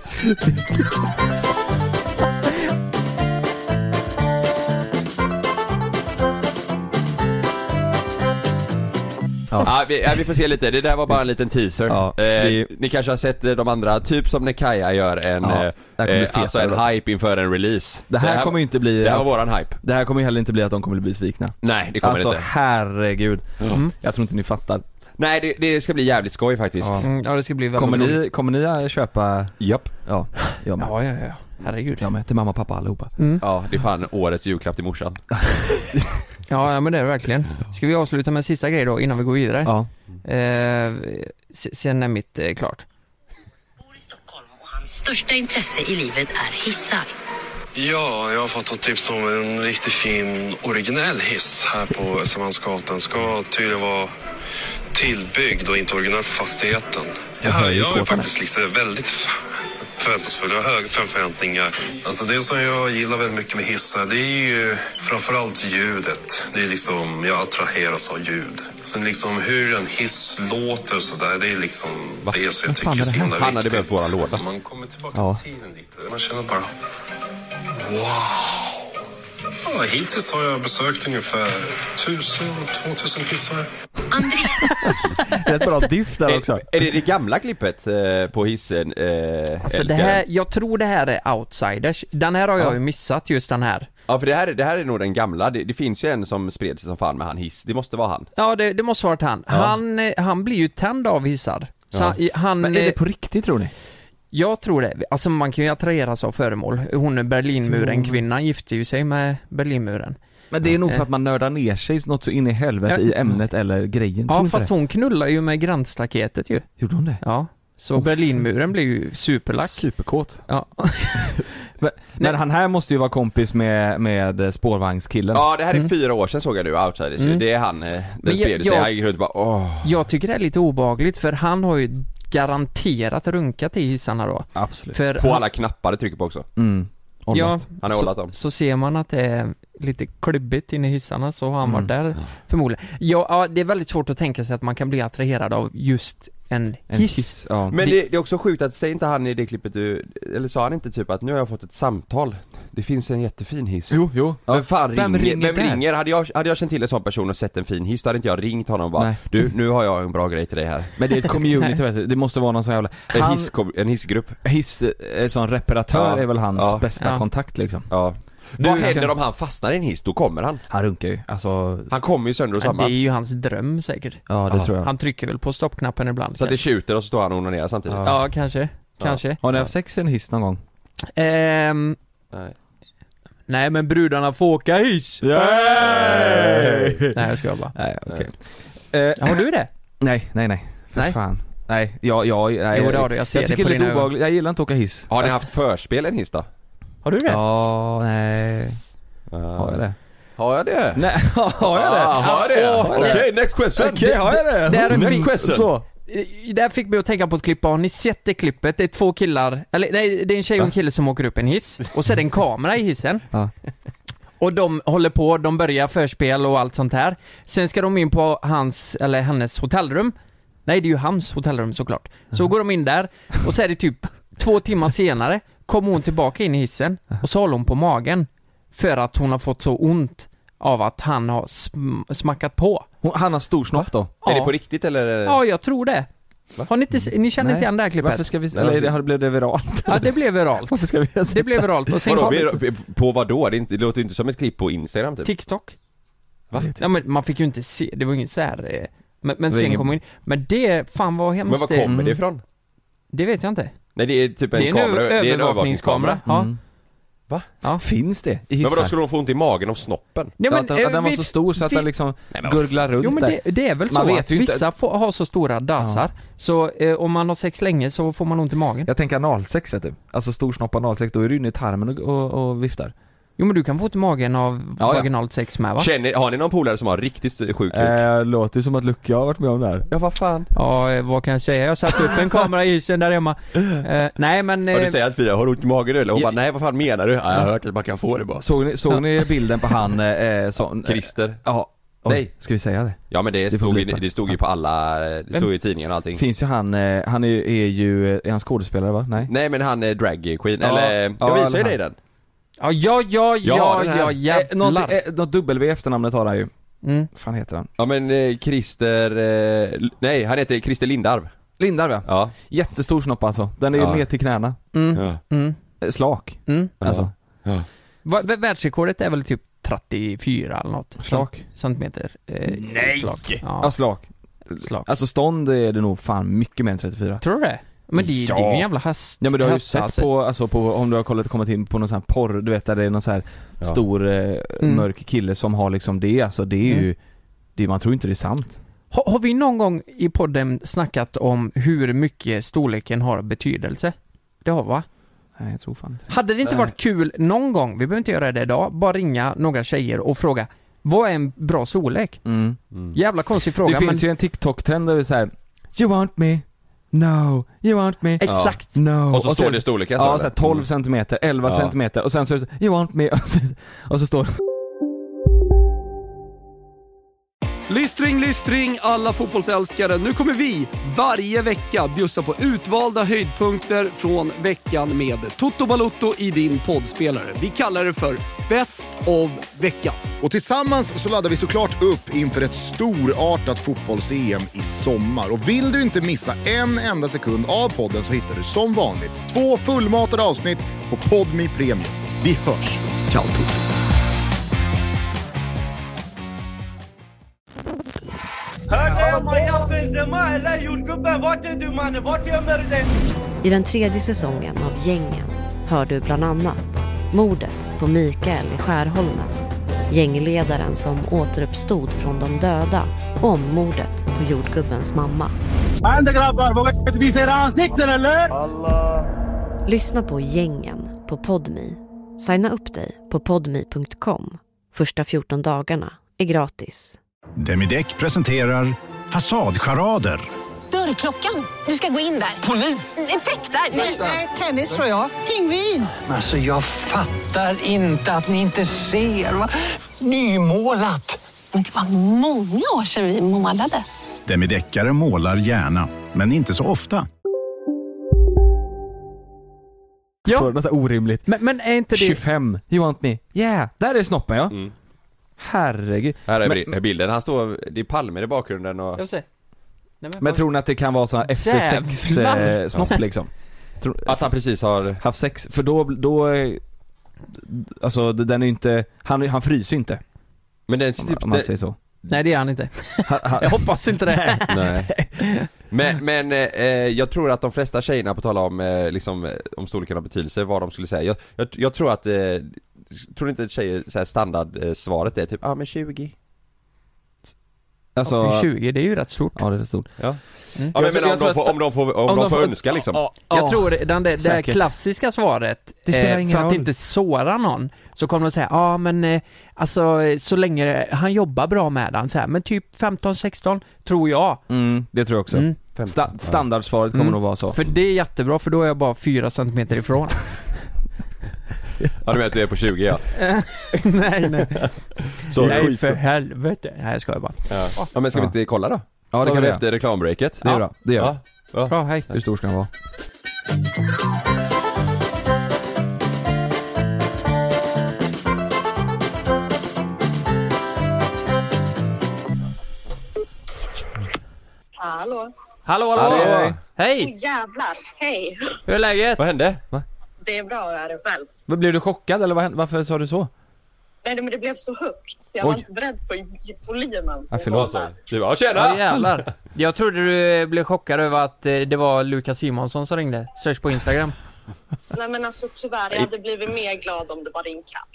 Ja, ja, vi, ja, vi får se lite, det där var bara en liten teaser. Ja, eh, vi- Ni kanske har sett eh, de andra, typ som när Kaja gör en, Ja, det här eh, kommer bli eh, alltså en fetare då. hype inför en release. Det här kommer ju inte bli... Det här var att- våran hype. Det här kommer ju heller inte bli att de kommer bli besvikna. Nej, det kommer Alltså det inte. herregud. Mm. Jag tror inte ni fattar. Nej, det, det ska bli jävligt skoj faktiskt. Ja. Mm, ja, det ska bli väldigt Kommer roligt. ni, kommer ni att köpa... Japp. Ja, jag med. Ja, ja, ja. Herregud. Jag med, till mamma och pappa allihopa. Mm. Ja, det är fan årets julklapp till morsan. Ja, ja, men det är det verkligen. Ska vi avsluta med en sista grej då innan vi går vidare? Ja. Eh, se- sen är mitt eh, klart. Bor i Stockholm och hans största intresse i livet är hissar. Ja, jag har fått ett tips om en riktigt fin originell hiss här på Östermalmsgatan. Ska tydligen vara tillbyggd och inte originell för fastigheten. Ja, jag är faktiskt liksom väldigt förväntansfull. Jag har höga förväntningar. Alltså det som jag gillar väldigt mycket med hissar, det är ju framförallt ljudet. Det är liksom, jag attraheras av ljud. Sen liksom hur en hiss låter och sådär, det är liksom Va? det som jag Vad fan tycker är är så det här? himla Han hade viktigt. behövt våra låda. Man kommer tillbaka Ja. till tiden lite. Man känner bara, wow. Ja, hittills har jag besökt ungefär tusen, tvåtusen hissar. André, Rätt bra diff där också. Är, är det det gamla klippet eh, på hissen? Eh, Alltså det här, jag tror det här är Outsiders. Den här har jag Ja. ju missat, just den här. Ja, för det här, är- det här är nog den gamla. Det, det finns ju en som spred sig som fan med han hiss. Det måste vara han. Ja, det, det måste varit han. Ja. Han, eh, han blir ju tänd av hissar. Så Ja. han, han, Men är det eh, på riktigt tror ni? jag tror det. Alltså man kan ju attraheras av föremål. Hon är Berlinmuren-kvinnan gifte ju sig med Berlinmuren. Men det är nog Eh. för att man nördar ner sig något så in i helvete Ja. i ämnet eller grejen. Tror Ja, du inte fast det? hon knullar ju med grannstaketet ju. Gjorde hon det? Ja. Så Oh, Berlinmuren blir ju superlack. Superkåt. Ja. Men, men han här måste ju vara kompis med, med spårvagnskillen. Ja, det här är Mm. fyra år sedan såg jag nu, Outsiders. Mm. Det är han, eh, den Men jag- spred sig. jag- Han gick runt och bara åh. Jag tycker det är lite obehagligt för han har ju garanterat runkat i hissarna då. Absolut. För På han, alla knappar det trycker på också. Mm. ja, Ollat. Han har så, hållit dem. så ser man att det är lite klubbigt inne i hissarna så har han Mm. varit där förmodligen. Ja, ja, det är väldigt svårt att tänka sig att man kan bli attraherad av just en En hiss. hiss. Ja. Men det, det är också sjukt att, säger inte han i det klippet du, eller sa han inte typ att nu har jag fått ett samtal, det finns en jättefin hiss. Jo, jo. Ja. Vem fan Vem ringer? ringer Vem där? ringer? Hade jag, hade jag känt till en sån person och sett en fin hiss, då hade inte jag ringt honom och bara Nej. du, nu har jag en bra grej till dig här. Men det är ett community, vet du. Det måste vara någon sån jävla... En, Han, hiss, en hissgrupp. hiss, eh, sån reparatör Ja. är väl hans Ja. bästa Ja. kontakt liksom. Ja. Du, Vad jag händer kan- om han fastnar i en hiss? Då kommer han. Han runkar ju, alltså... Han kommer ju sönder och Ja, det är samman. ju hans dröm säkert. Ja, det Ja. tror jag. Han trycker väl på stoppknappen ibland. Så att det kanske. tjuter och så står han och onanerar samtidigt. Ja. Ja, kanske. Kanske. Har ni haft sex i en hiss någon gång? Ehm, Nej. nej, men brudarna får åka hiss. Nej! Nej, jag ska bara. Nej, okej. Ja, har du det? Nej, nej, nej. För Nej. fan. Nej, jag, jag, nej, Jo, det har du. Jag ser jag det tycker på det är lite dina ögon. obehagligt. Jag gillar inte att åka hiss. Har ni haft förspel en hiss då? Har du det? Ja, nej. Uh, Har jag det? Har jag det? det? Nej, har jag det? Ah, har jag det? Ah, Okej, okay, next question. Okej, okay, har jag det? Det är en next fin... question. Så. Där fick mig att tänka på ett klipp. Har ni sett det klippet? Det är två killar, eller nej, det är en tjej och en kille som åker upp en hiss. Och så är det en kamera i hissen. Ja. Och de håller på, de börjar förspel och allt sånt här. Sen ska de in på hans, eller hennes hotellrum. Nej, det är ju hans hotellrum såklart. Så går de in där och så är det typ två timmar senare kommer hon tillbaka in i hissen och så håller hon på magen för att hon har fått så ont av att han har sm- smackat på. Han har stor snopp då? Ja. Är det på riktigt eller? Ja, jag tror det. Va? Har ni inte, ni känner Nej. inte igen det här klippet? Varför ska vi, eller har det blivit det viralt? Ja, det blev viralt. Varför ska vi Det blev viralt. Och sen Vadå, kom vi- på vad då? Det, är inte, det låter ju inte som ett klipp på Instagram typ. TikTok. Va? Ja, men man fick ju inte se, det var inget så här. eh, Men, men Det var sen ingen- kom in. Men det, fan vad hemskt. Men var det- kommer det ifrån? Det vet jag inte. Nej, det är typ en Det är en kamera. ö- Det är en övervakningskamera. övervakningskamera. Ja. Mm. Va? Ja. Finns det i Men hissar? vadå, skulle de få ont i magen av snoppen? Ja, Ja, att den, eh, att den var vi- så stor så att vi- den liksom Nej, men vad gurglar runt Jo men där. det, det är väl Man så vet att ju inte- vissa får, har så stora dassar. Så eh, om man har sex länge så får man ont i magen. Jag tänker analsex, vet du. Alltså storsnopp analsex, då är du inne i tarmen och, och, och viftar. Jo men du kan få ont i magen av Ja, ja. vaginalt sex med, va? Känner, har ni någon polare som har riktigt sjuk kuk? Eh, låter ju som att Lucka har varit med om det här. Ja, vad fan? Ja, eh, vad kan jag säga? Jag satt upp en kamera i isen där hemma. Eh, nej men... Har Eh, du säger att Frida har ont i magen eller? Hon Ja. bara, nej vad fan menar du? Ja, jag har hört att man kan få det bara. Såg ni, såg ni bilden på han, eh, sån... Christer. Ja. Oj, Nej. ska vi säga det? Ja men det, Det får stod, bli ju, på. det stod ju på alla, det stod ju i tidningen och allting. Finns ju han, eh, han är, ju- är ju, är han skådespelare va? Nej? Nej men han är drag queen, Ja. eller Ja, jag visar ju eller dig han. den. ja, ja, ja, Ja, ja, den här. ja, jävlar. Eh, något, eh, något W i efternamnet har han ju. Mm. Vad fan heter han? Ja men eh, Christer, eh, nej han heter Christer Lindarw. Lindarw ja. Ja. Jättestor snopp alltså. Den är Ja. ner till knäna. Mm. Ja. Mm. Eh, Slak. Mm. Alltså. Ja. Va- vä- Världsrekordet är väl typ trettiofyra eller något. Slak. Centimeter. Eh, Nej. Slak. Ja, Ja, slak. slak. Alltså stånd är det nog fan mycket mer än trettiofyra. Tror du det? Men det, Ja. det är ju en jävla häst. Ja men du har ju häst, sett alltså. på, alltså på, om du har kollat kommit in på någon sån här porr, du vet där det är någon sån här Ja. stor eh, Mm. mörk kille som har liksom det, alltså det är Mm. ju, det, man tror inte det är sant. Har, har vi någon gång i podden snackat om hur mycket storleken har betydelse? Det har va? Nej jag tror fan inte det. Hade det inte Nej. varit kul någon gång, vi behöver inte göra det idag, bara ringa några tjejer och fråga vad är en bra storlek? Mm. Mm. Jävla konstig fråga. Det finns men... ju en TikTok-trend där det är så här: you want me? No, you want me? Exakt. No. Och så står sen- det storleken Ja, eller? så här tolv centimeter, elva Ja. centimeter och sen så är det så, you want me? Och så, och så står Lystring, lystring alla fotbollsälskare. Nu kommer vi varje vecka bjussa på utvalda höjdpunkter från veckan med Toto Balotto i din poddspelare. Vi kallar det för Best of veckan. Och tillsammans så laddar vi såklart upp inför ett storartat fotbolls-E M i sommar. Och vill du inte missa en enda sekund av podden så hittar du som vanligt två fullmatade avsnitt på Podme Premium. Vi hörs! Ciao Toto! Hörde man jävel, det man eller jordgubben, vart är du mannen, vart gömmer du dig? I den tredje säsongen av Gängen hör du bland annat mordet på Mikael i Skärholmen, gängledaren som återuppstod från de döda och mordet på jordgubbens mamma. Ande grabbar, vågar inte visa era ansikten eller? Allah. Lyssna på Gängen på Podme. Signa upp dig på podme punkt com. Första fjorton dagarna är gratis. Demideck presenterar Fasadcharader. Dörrklockan. Du ska gå in där. Polis? Effektar? Nej, nej, tennis tror jag. Pingvin. Alltså jag fattar inte att ni inte ser. Va? Nymålat. Men det var många år sedan vi målade. Demideckare målar gärna, men inte så ofta. Ja. Står det något så här orimligt. Men, men är inte det... tjugofem, you want me? Yeah, där är snoppen ja. Mm. Herregud. Här är men, bi- bilden, han står, det är palmer i bakgrunden och... Jag ser. Nej, men men tror ni att det kan vara så här efter sex eh, snopp liksom? Tror, att han precis har haft sex, för då, då eh, alltså den är inte, han, han fryser inte. Men den, om, typ, om man det, säger så. Nej det är han inte. Ha, ha. Jag hoppas inte det. Nej. Men, men eh, jag tror att de flesta tjejerna, på tala om eh, liksom, eh, om storleken av betydelse, vad de skulle säga. Jag, jag, jag tror att, eh, tror inte att tjejer, så här standard eh, svaret är typ, ja ah, men tjugo. Alltså, tjugo, det är ju rätt stort. Ja, det är rätt stort. Ja. Mm. Ja, men, Jag- men jag om, tror de att får, sta- om de får, om om de de får får- önska liksom. Ja, Jag ja. tror det, den, det, det Säkert. klassiska svaret, Det spelar eh, ingen för att roll. inte såra någon, så kommer de säga, ja ah, men eh, alltså så länge han jobbar bra med den så här, men typ femton sexton tror jag. Mm, det tror jag också. Mm. Sta- standardsvaret kommer Mm. nog vara så. För det är jättebra, för då är jag bara fyra centimeter ifrån. Ja, du menar att du är på tjugo, ja. nej, nej. Så nej, skit. för helvete. Nej, jag skojar bara. Ja. Ja, men ska vi Ja. inte kolla då? Ja, det Tar kan vi vi efter reklambreaket. Det är bra, det gör ja. Ja. Bra, hej. Hur stor ska den vara? Hallå. Hallå, hallå. Hallå. Hej. Oj, jävlar. Hej. Hur är läget? Vad hände? Va? Det är bra, jag är det själv. Vad, blev du chockad eller vad hände? Varför sa du så? Nej, men det blev så högt. Så jag Oj. var inte beredd på volymen. Ja, förlåt. Du bara, tjena! Ja, jävlar. Jag trodde du blev chockad över att eh, det var Lukas Simonsson som ringde. Search på Instagram. Nej, men alltså tyvärr, jag hade blivit mer glad om det var din katt.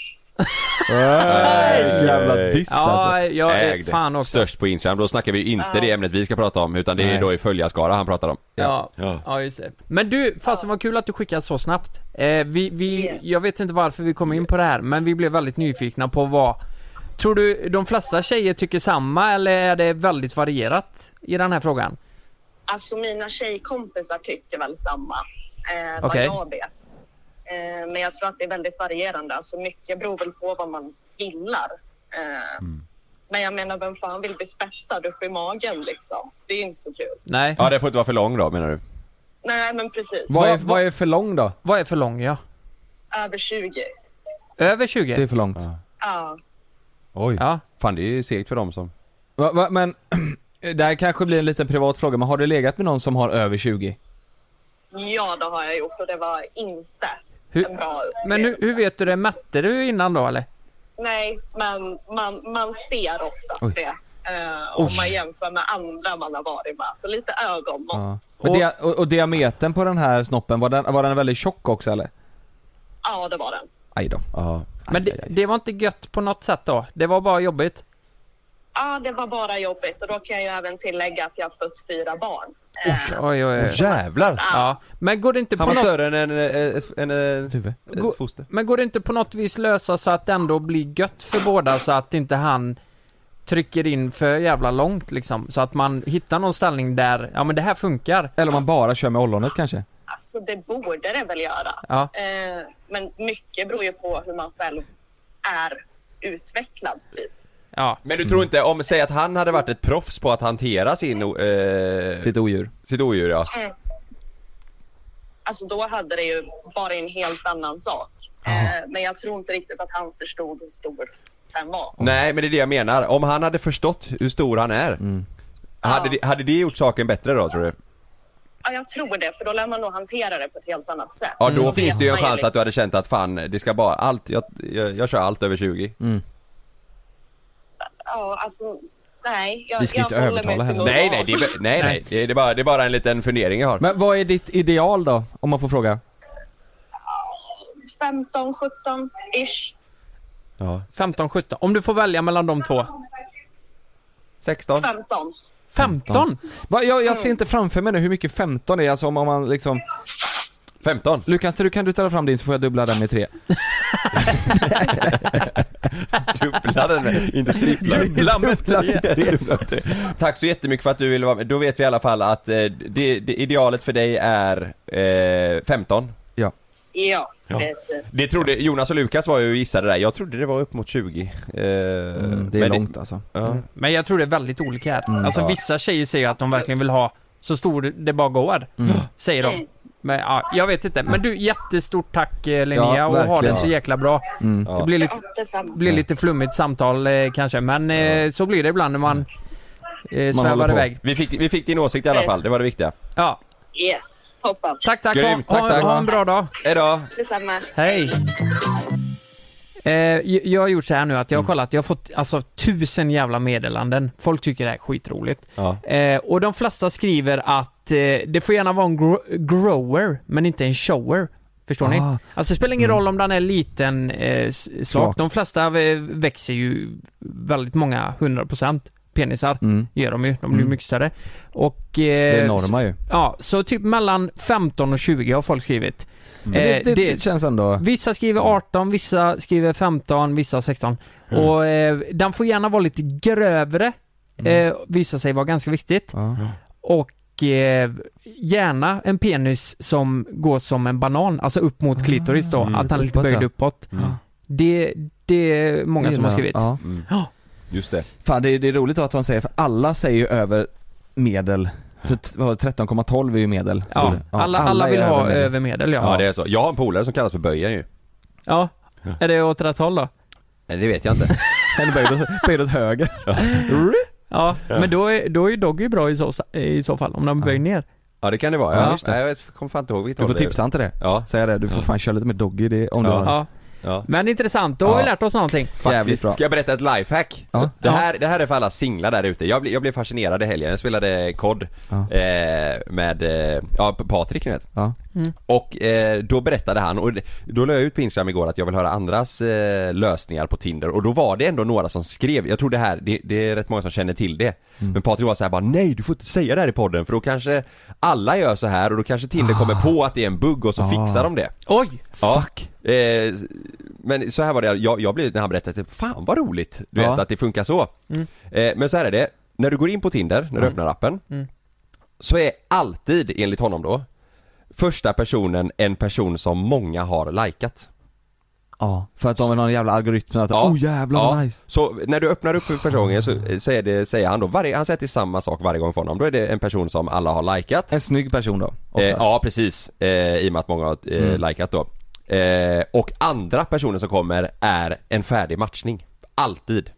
Nej, jävla diss Ja, alltså. jag är Ägd. fan också. Störst på Instagram, då snackar vi ju inte Ja. det ämnet vi ska prata om, utan det är Nej. då i följarskara han pratar om. Ja, Ja. ja just det. Men du, fasen vad kul att du skickade så snabbt. Eh, vi, vi, jag vet inte varför vi kom in på det här, men vi blev väldigt nyfikna på vad... Tror du de flesta tjejer tycker samma, eller är det väldigt varierat i den här frågan? Alltså mina tjejkompisar tycker väl samma. Eh, vad Okej. jag vet. Eh, men jag tror att det är väldigt varierande. Alltså mycket beror väl på vad man gillar. Eh, Men jag menar, vem fan vill bli spetsad upp i magen liksom? Det är inte så kul. Nej. Ja, det får inte vara för lång då, menar du? Nej, men precis. Vad är, Vad- vad är för lång då? Vad är för lång, ja? Över tjugo. Över tjugo? Det är för långt. Ja. Ja. Oj. Ja. Fan, det är ju segt för dem som... Va, va, men, det här kanske blir en liten privat fråga, men har du legat med någon som har över tjugo? Ja, det har jag gjort och det var inte Hur, en bra men hur, hur vet du det? Mätte du innan då, eller? Nej, men man, man ser oftast Oj. det. Eh, om Oj. man jämför med andra man har varit med. Så lite ögonmått. Ja. Men Och- dia, och, och diametern på den här snoppen, var den, var den väldigt tjock också eller? Ja, det var den. Aj då. Ja. Men det, det var inte gött på något sätt då? Det var bara jobbigt? Ja, det var bara jobbigt. Och då kan jag ju även tillägga att jag har fött fyra barn. Eh, Oj, oj, oj. Åh, jävlar! Ja, men går det inte på Han var något... större än en, en, en, en, Huvud. ett Gå- foster. Men går det inte på något vis lösa så att det ändå blir gött för båda, så att inte han trycker in för jävla långt liksom, så att man hittar någon ställning där, ja men det här funkar. Eller om man bara kör med ollonet kanske? Alltså, det borde det väl göra. Ja. Eh, men mycket beror ju på hur man själv är utvecklad. Typ. Ja. Men du tror inte, om säg att han hade varit ett proffs på att hantera sin... Eh, Sitt odjur. sitt odjur, ja. Mm. Alltså då hade det ju varit en helt annan sak. Eh, men jag tror inte riktigt att han förstod hur stor den var. Nej, men det är det jag menar. Om han hade förstått hur stor han är, hade, det, hade det gjort saken bättre då, tror du? Ja, jag tror det, för då lär man nog hantera det på ett helt annat sätt. Ja, då Då finns vet det ju en man chans liksom- att du hade känt att fan, det ska bara allt, jag, jag, jag kör allt över tjugo. Mm. Ja, alltså, nej. Jag, Vi ska jag inte håller övertala mig till henne. Nej, normal. nej, det är, nej, nej, det är, det är bara, det är bara en liten fundering jag har. Men vad är ditt ideal då, om man får fråga? femton sjutton ish. Ja. femton sjutton. Om du får välja mellan de två. sexton. femton. femton? Va, jag, jag ser inte framför mig nu hur mycket femton är, alltså om om man liksom... femton. Lukas, du kan du ta fram din så får jag dubbla den med tre. Dubbla den med, inte trippla. Dubbla med tre. Dubbla med tre. Tack så jättemycket för att du ville vara med. Då vet vi i alla fall att eh, det, det idealet för dig är eh, femton. Ja. Ja, Ja. precis. Det trodde Jonas och Lukas var ju och gissade där. Jag trodde det var upp mot tjugo. Eh, Mm, det är men långt alltså. Ja. Mm. Men jag tror det är väldigt olika här. Mm. Alltså Ja. vissa tjejer säger att de verkligen vill ha så stor det bara går. Mm. Säger de. Men ja, jag vet inte. Men du, jättestort tack eh, Linnea, Ja, och ha det verkligen. så jäkla bra. Mm. Ja. Det blir lite, Ja, detsamma. blir lite flummigt samtal eh, kanske, men eh, så blir det ibland när man eh, håller svävar på. iväg. Vi fick, vi fick din åsikt i alla fall, det var det viktiga. Ja, Yes, toppen. tack, tack. Grymt, ha, tack, tack. ha, ha en bra dag. Hejdå! Detsamma. Hej. Eh, jag jag har gjort så här nu att jag har kollat, jag har fått alltså tusen jävla meddelanden. Folk tycker det här är skitroligt. Ja. Eh, och de flesta skriver att eh, det får gärna vara en gro- grower, men inte en shower. Förstår ni? Ah. Alltså det spelar ingen Mm. roll om den är liten eh, s- slag. Slak. De flesta eh, växer ju väldigt många hundra procent penisar. Mm. Gör de ju, de blir Mm. mycket större. Och, eh, Det är enorma ju. Ja, så typ mellan femton och tjugo har folk skrivit. Men det, det, det känns ändå... Vissa skriver arton, vissa skriver femton, vissa sexton. Mm. Och eh, den får gärna vara lite grövre. Mm. Eh, visar sig vara ganska viktigt. Ja. Och eh, gärna en penis som går som en banan, alltså upp mot klitoris då, Mm. att han är lite Uppåt, böjd ja. uppåt. Mm. Det, det är många som har skrivit. Ja. Mm. Ja. Just det. Fan, det är, det är roligt att de säger, för alla säger ju över medel. För t- vad, tretton komma tolv är ju medel. Ja, Så det- alla, alla är vill ha medel. över medel, ja. Ja, det är så. Jag har en polare som kallas för böjen ju. Ja, är det åt rätt håll då? Nej, det vet jag inte. Eller böjd åt, böjd åt höger. Ja, men då är, då är Doggy bra i så, i så fall, om de böjer ner. Ja, det kan det vara. Ja, Ja, ja, just det. Nej, jag vet, kommer fan inte ihåg vilket Du får håll det är. tipsa han till det. Ja. Säga det, du får fan köra lite med Doggy det, om du Ja. har. Ja. Ja. Men intressant, då har vi Ja. lärt oss någonting. Jävligt Faktiskt. bra. Ska jag berätta ett lifehack? Ja. Det, här, det här är för alla singlar där ute. Jag, ble, jag blev fascinerad i helgen. Jag spelade kod Ja. eh, med eh, ja, Patrik, ni vet. Ja. Mm. Och eh, då berättade han, och det- då la jag ut på Instagram igår att jag vill höra andras eh, lösningar på Tinder. Och då var det ändå några som skrev, jag tror det här, det, det är rätt många som känner till det. Mm. Men Patrik var så här bara, nej du får inte säga det här i podden, för då kanske alla gör så här och då kanske Tinder kommer på att det är en bugg och så Ah. fixar de det. Oj! Ja. Fuck. Eh, men så här var det, jag, jag blev när han berättade, fan vad roligt, du Ja. vet att det funkar så. Mm. Eh, men så här är det, när du går in på Tinder, när du Mm. öppnar appen, Mm. så är alltid, enligt honom då, första personen en person som många har likat. Ja, för att de har någon jävla algoritm att, oh jävlar vad ja. nice. Så när du öppnar upp för första gången så säger, det, säger han då, varje, han säger till samma sak varje gång för honom. Då är det en person som alla har likat. En snygg person då, Eh, oftast. ja, precis. Eh, I och med att många har eh, Mm. likat då. Eh, och andra personen som kommer är en färdig matchning. Alltid.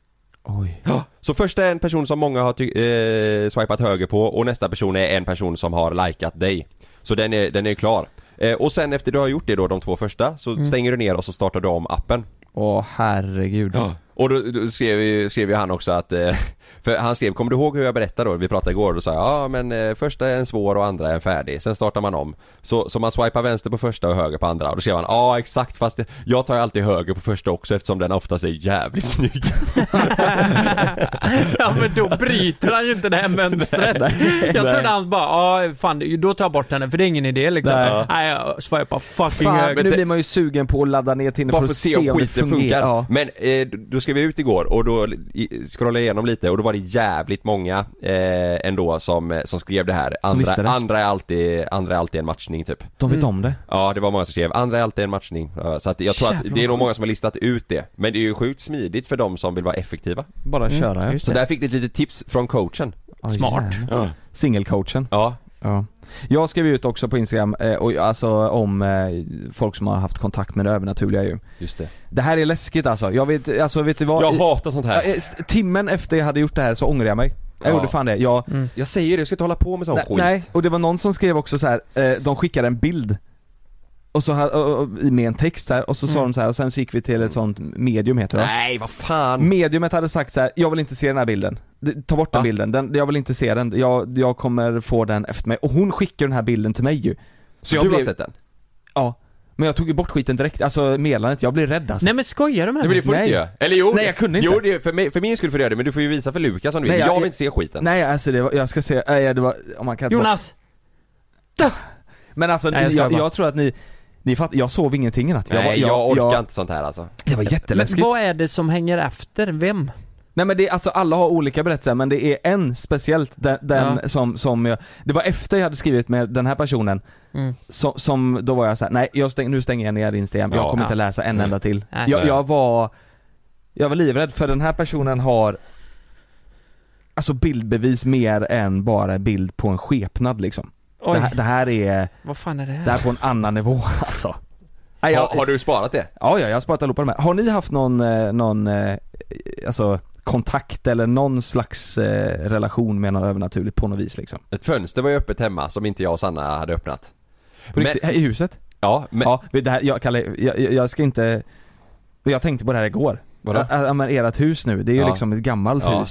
Oj. Ja. Så först är en person som många har ty- eh, swipat höger på och nästa person är en person som har likat dig. Så den är, den är klar. Eh, och sen efter du har gjort det då, de två första, så Mm. stänger du ner och så startar du om appen. Åh herregud. Ja. Och då, då skrev, ju, skrev ju han också att, eh, för han skrev, kommer du ihåg hur jag berättade då? Vi pratade igår och då sa jag, ja men eh, första är en svår och andra är en färdig. Sen startar man om. Så, så man swipar vänster på första och höger på andra. Och då skrev han, ja exakt, fast det, jag tar ju alltid höger på första också eftersom den oftast är jävligt snygg. Ja, men då bryter han ju inte det här mönstret. Jag nej. trodde han bara, ja fan, då tar jag bort henne för det är ingen idé liksom. Nej. Nej, jag swipar fucking Fan, höger. nu blir man ju sugen på att ladda ner Tinder Bara för för att att se om det skiten funkar. Ja. Men eh, då skrev vi ut igår och då i- scrollade jag igenom lite och då var det jävligt många eh, ändå som, eh, som skrev det här. Andra, visste det. andra, är alltid, andra är alltid en matchning typ. De vet om det. Ja, det var många som skrev, andra är alltid en matchning. Ja, så att jag tror Jävlar att det är vad nog många som har listat ut det. Men det är ju sjukt smidigt för de som vill vara effektiva. Bara Mm, köra ja. just Så det. där fick ni ett litet tips från coachen. Oj, Smart. jävlar. Ja. Singelcoachen. Ja. Ja. Jag skrev ut också på Instagram eh, och, alltså om eh, folk som har haft kontakt med det övernaturliga ju. Just det. Det här är läskigt alltså. Jag vet, alltså vet du vad? Jag hatar sånt Ja, här. eh, s- timmen efter jag hade gjort det här så ångrar jag mig. Jag Ja. gjorde fan det. Jag, Mm. Jag säger det, jag ska inte hålla på med sån nej, skit. nej, och det var någon som skrev också så här. Eh, de skickade en bild och så ha- och, och, med en text här och så sa Mm. de så här och sen så gick vi till ett sånt medium heter det va? Nej, vad fan. Mediumet hade sagt så här: jag vill inte se den här bilden. D- Ta bort den Va? bilden, den, jag vill inte se den. Jag, jag kommer få den efter mig. Och hon skickar den här bilden till mig ju. Så jag du har blev- sett den? Ja. Men jag tog ju bort skiten direkt, alltså meddelandet, jag blev rädd alltså. Nej men skojar du med Nej, men mig? det får du Nej. inte göra. Eller jo, Nej, jag kunde inte. Jo, det, för, mig, för min skull får du göra det, men du får ju visa för Lukas om du vill. Nej, jag, jag- vill inte se skiten. Nej alltså det var, jag ska se, nej det var, om man kan Jonas! Men alltså Nej, jag jag, ska jag, bara- tror att ni, ni fatt, jag sov ingenting i natt. Jag, Nej, var- jag, orkar jag, inte sånt här alltså. Det var Men jätteläskigt. vad är det som hänger efter? Vem? Nej men det, alltså alla har olika berättelser men det är en speciellt den, den Ja. som, som jag, det var efter jag hade skrivit med den här personen Mm. som, som då var jag så här: nej jag stäng, nu stänger jag ner Instagram, jag Ja. kommer Ja. inte läsa en Mm. enda till. Nej. Jag, jag var, jag var livrädd för den här personen har alltså bildbevis mer än bara bild på en skepnad liksom. Oj, Det här, det här är, vad fan är det här? det här är på en annan nivå alltså. Nej, jag, Har, har du sparat det? Ja, ja, jag har sparat allihopa de här. Har ni haft någon, eh, någon eh, alltså kontakt eller någon slags eh, relation med något övernaturligt på något vis liksom? Ett fönster var ju öppet hemma som inte jag och Sanna hade öppnat. På riktigt, här i huset? Ja, men... Ja, vet du, det här, jag, Kalle, jag, jag jag ska inte, jag tänkte på det här igår. Vadå? Ja, ja, men ert hus nu, det är ju Ja. liksom ett gammalt Ja, hus. ja.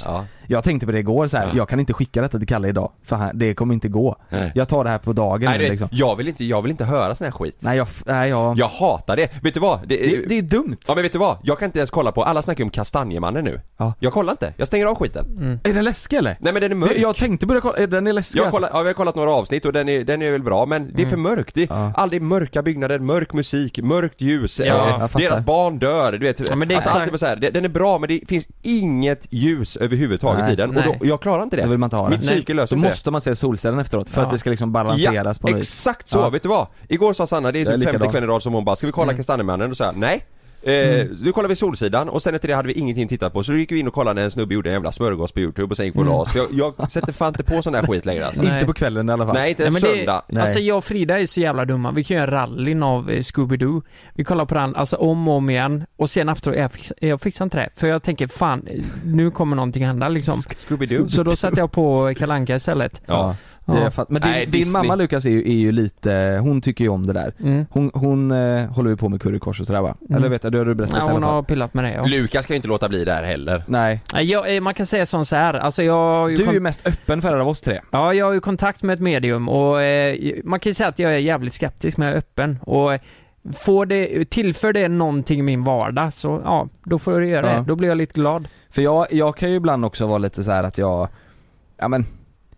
Jag tänkte på det igår så här, Ja. jag kan inte skicka detta till Kalle idag för han, det kommer inte gå. Nej. Jag tar det här på dagen. Nej, det, liksom. jag, vill inte, jag vill inte höra sån här skit. Nej, jag, nej jag... jag hatar det. Vet du vad? Det, det, det är dumt. Ja, men vet du vad? Jag kan inte ens kolla på, alla snackar om Kastanjemannen nu. Ja. Jag kollar inte, jag stänger av skiten. Mm. Är den läskig eller? Nej, men den är mörk. Jag tänkte börja kolla, den är läskig. Jag har kollat, ja, vi har kollat några avsnitt och den är, den är väl bra, men det är för mörkt. Det är Ja. aldrig mörka byggnader, mörk musik, mörkt ljus. Ja, eh, jag fattar. deras barn dör, du vet. Ja, men det är alltså, exakt- allt är så här, det- den är bra, men det finns inget ljus överhuvudtaget Nej. i den. Nej. Och då, jag klarar inte det. Det vill man inte ha det. Mitt psyke Så löser inte det. måste man se solcellen efteråt för Ja. att det ska liksom balanseras på något vis. Exakt så, Ja. vet du vad? Igår sa Sanna, det är Jag är typ femte likadan. kvällen i rad som hon bara, ska vi kolla Mm. Kastanjemannen? Och så här, nej. Eh, Mm. Nu kollar vi Solsidan och sen efter det hade vi ingenting tittat på. Så då gick vi in och kollade när en snubbe gjorde en jävla smörgås på YouTube och sen gick vi och la oss. För jag, jag sätter fan inte på sån här skit längre alltså. Nej. Inte på kvällen i alla fall. Nej, inte en Nej, men det- söndag. Nej. Alltså jag och Frida är så jävla dumma. Vi kan göra rallyn av eh, Scooby-Doo. Vi kollar på den alltså om och om igen. Och sen efteråt, jag, fix, jag fixar inte det. För jag tänker, fan, nu kommer någonting hända liksom. Scooby-Doo. Så då sätter jag på Kalle Anka istället. Ja. Det är Ja. fatt... Men din, Nej, din Disney. mamma Lukas är ju, är ju lite, hon tycker ju om det där. Mm. Hon, hon eh, håller ju på med currykors och sådär va? Mm. Eller vet jag, det har du berättat Ja, i alla hon fall. har pillat med det, ja. Lukas kan ju inte låta bli där heller. Nej. Nej, jag, eh, man kan säga som så här. Alltså jag har ju Du är kon- ju mest öppen för det av oss tre. Ja, jag har ju kontakt med ett medium och eh, man kan ju säga att jag är jävligt skeptisk men jag är öppen. Och eh, får det, tillför det någonting i min vardag så ja, då får jag göra Ja. det. Då blir jag lite glad. För jag, jag kan ju ibland också vara lite så här att jag, ja men,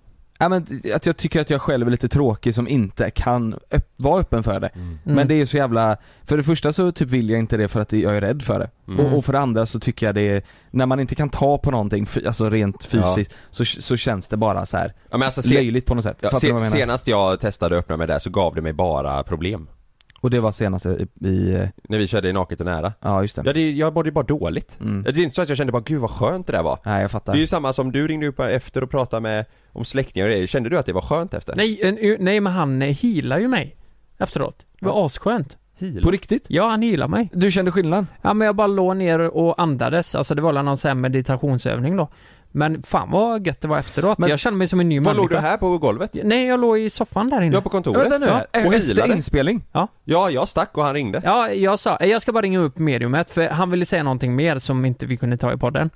ja men att jag tycker att jag själv är lite tråkig som inte kan öpp, vara öppen för det. Mm. Men det är så jävla, för det första så typ vill jag inte det för att jag är rädd för det. Mm. Och, och för det andra så tycker jag det är, när man inte kan ta på någonting, fy- alltså rent fysiskt, så, så känns det bara så här Ja, men alltså, se, löjligt på något sätt. ja, Fattar du vad se, jag menar? senast jag testade att öppna med det så gav det mig bara problem. Och det var senast i, i När vi körde i Naket och nära. ja just det. Ja, det, jag mådde bara dåligt. Mm. Det är inte så att jag kände bara, gud vad skönt det där var. Nej, jag fattar. Det är ju samma som du ringde upp efter och pratade med om släktingar och det. Kände du att det var skönt efter? Nej, eh, nej men han eh, healar ju mig efteråt. Det var asskönt. Heal. På riktigt? Ja, han healar mig. Du kände skillnad? Ja, men jag bara låg ner och andades. Alltså det var väl någon sån här meditationsövning då. Men fan vad gött det var efteråt. Men- jag kände mig som en ny Var människa. låg du här på golvet? Nej, jag låg i soffan där inne. Jag på kontoret? Vänta nu, Ja. Och efter healade? inspelning? Ja, jag stack och han ringde. Ja, jag sa, jag ska bara ringa upp mediumet för han ville säga någonting mer som inte vi kunde ta i podden.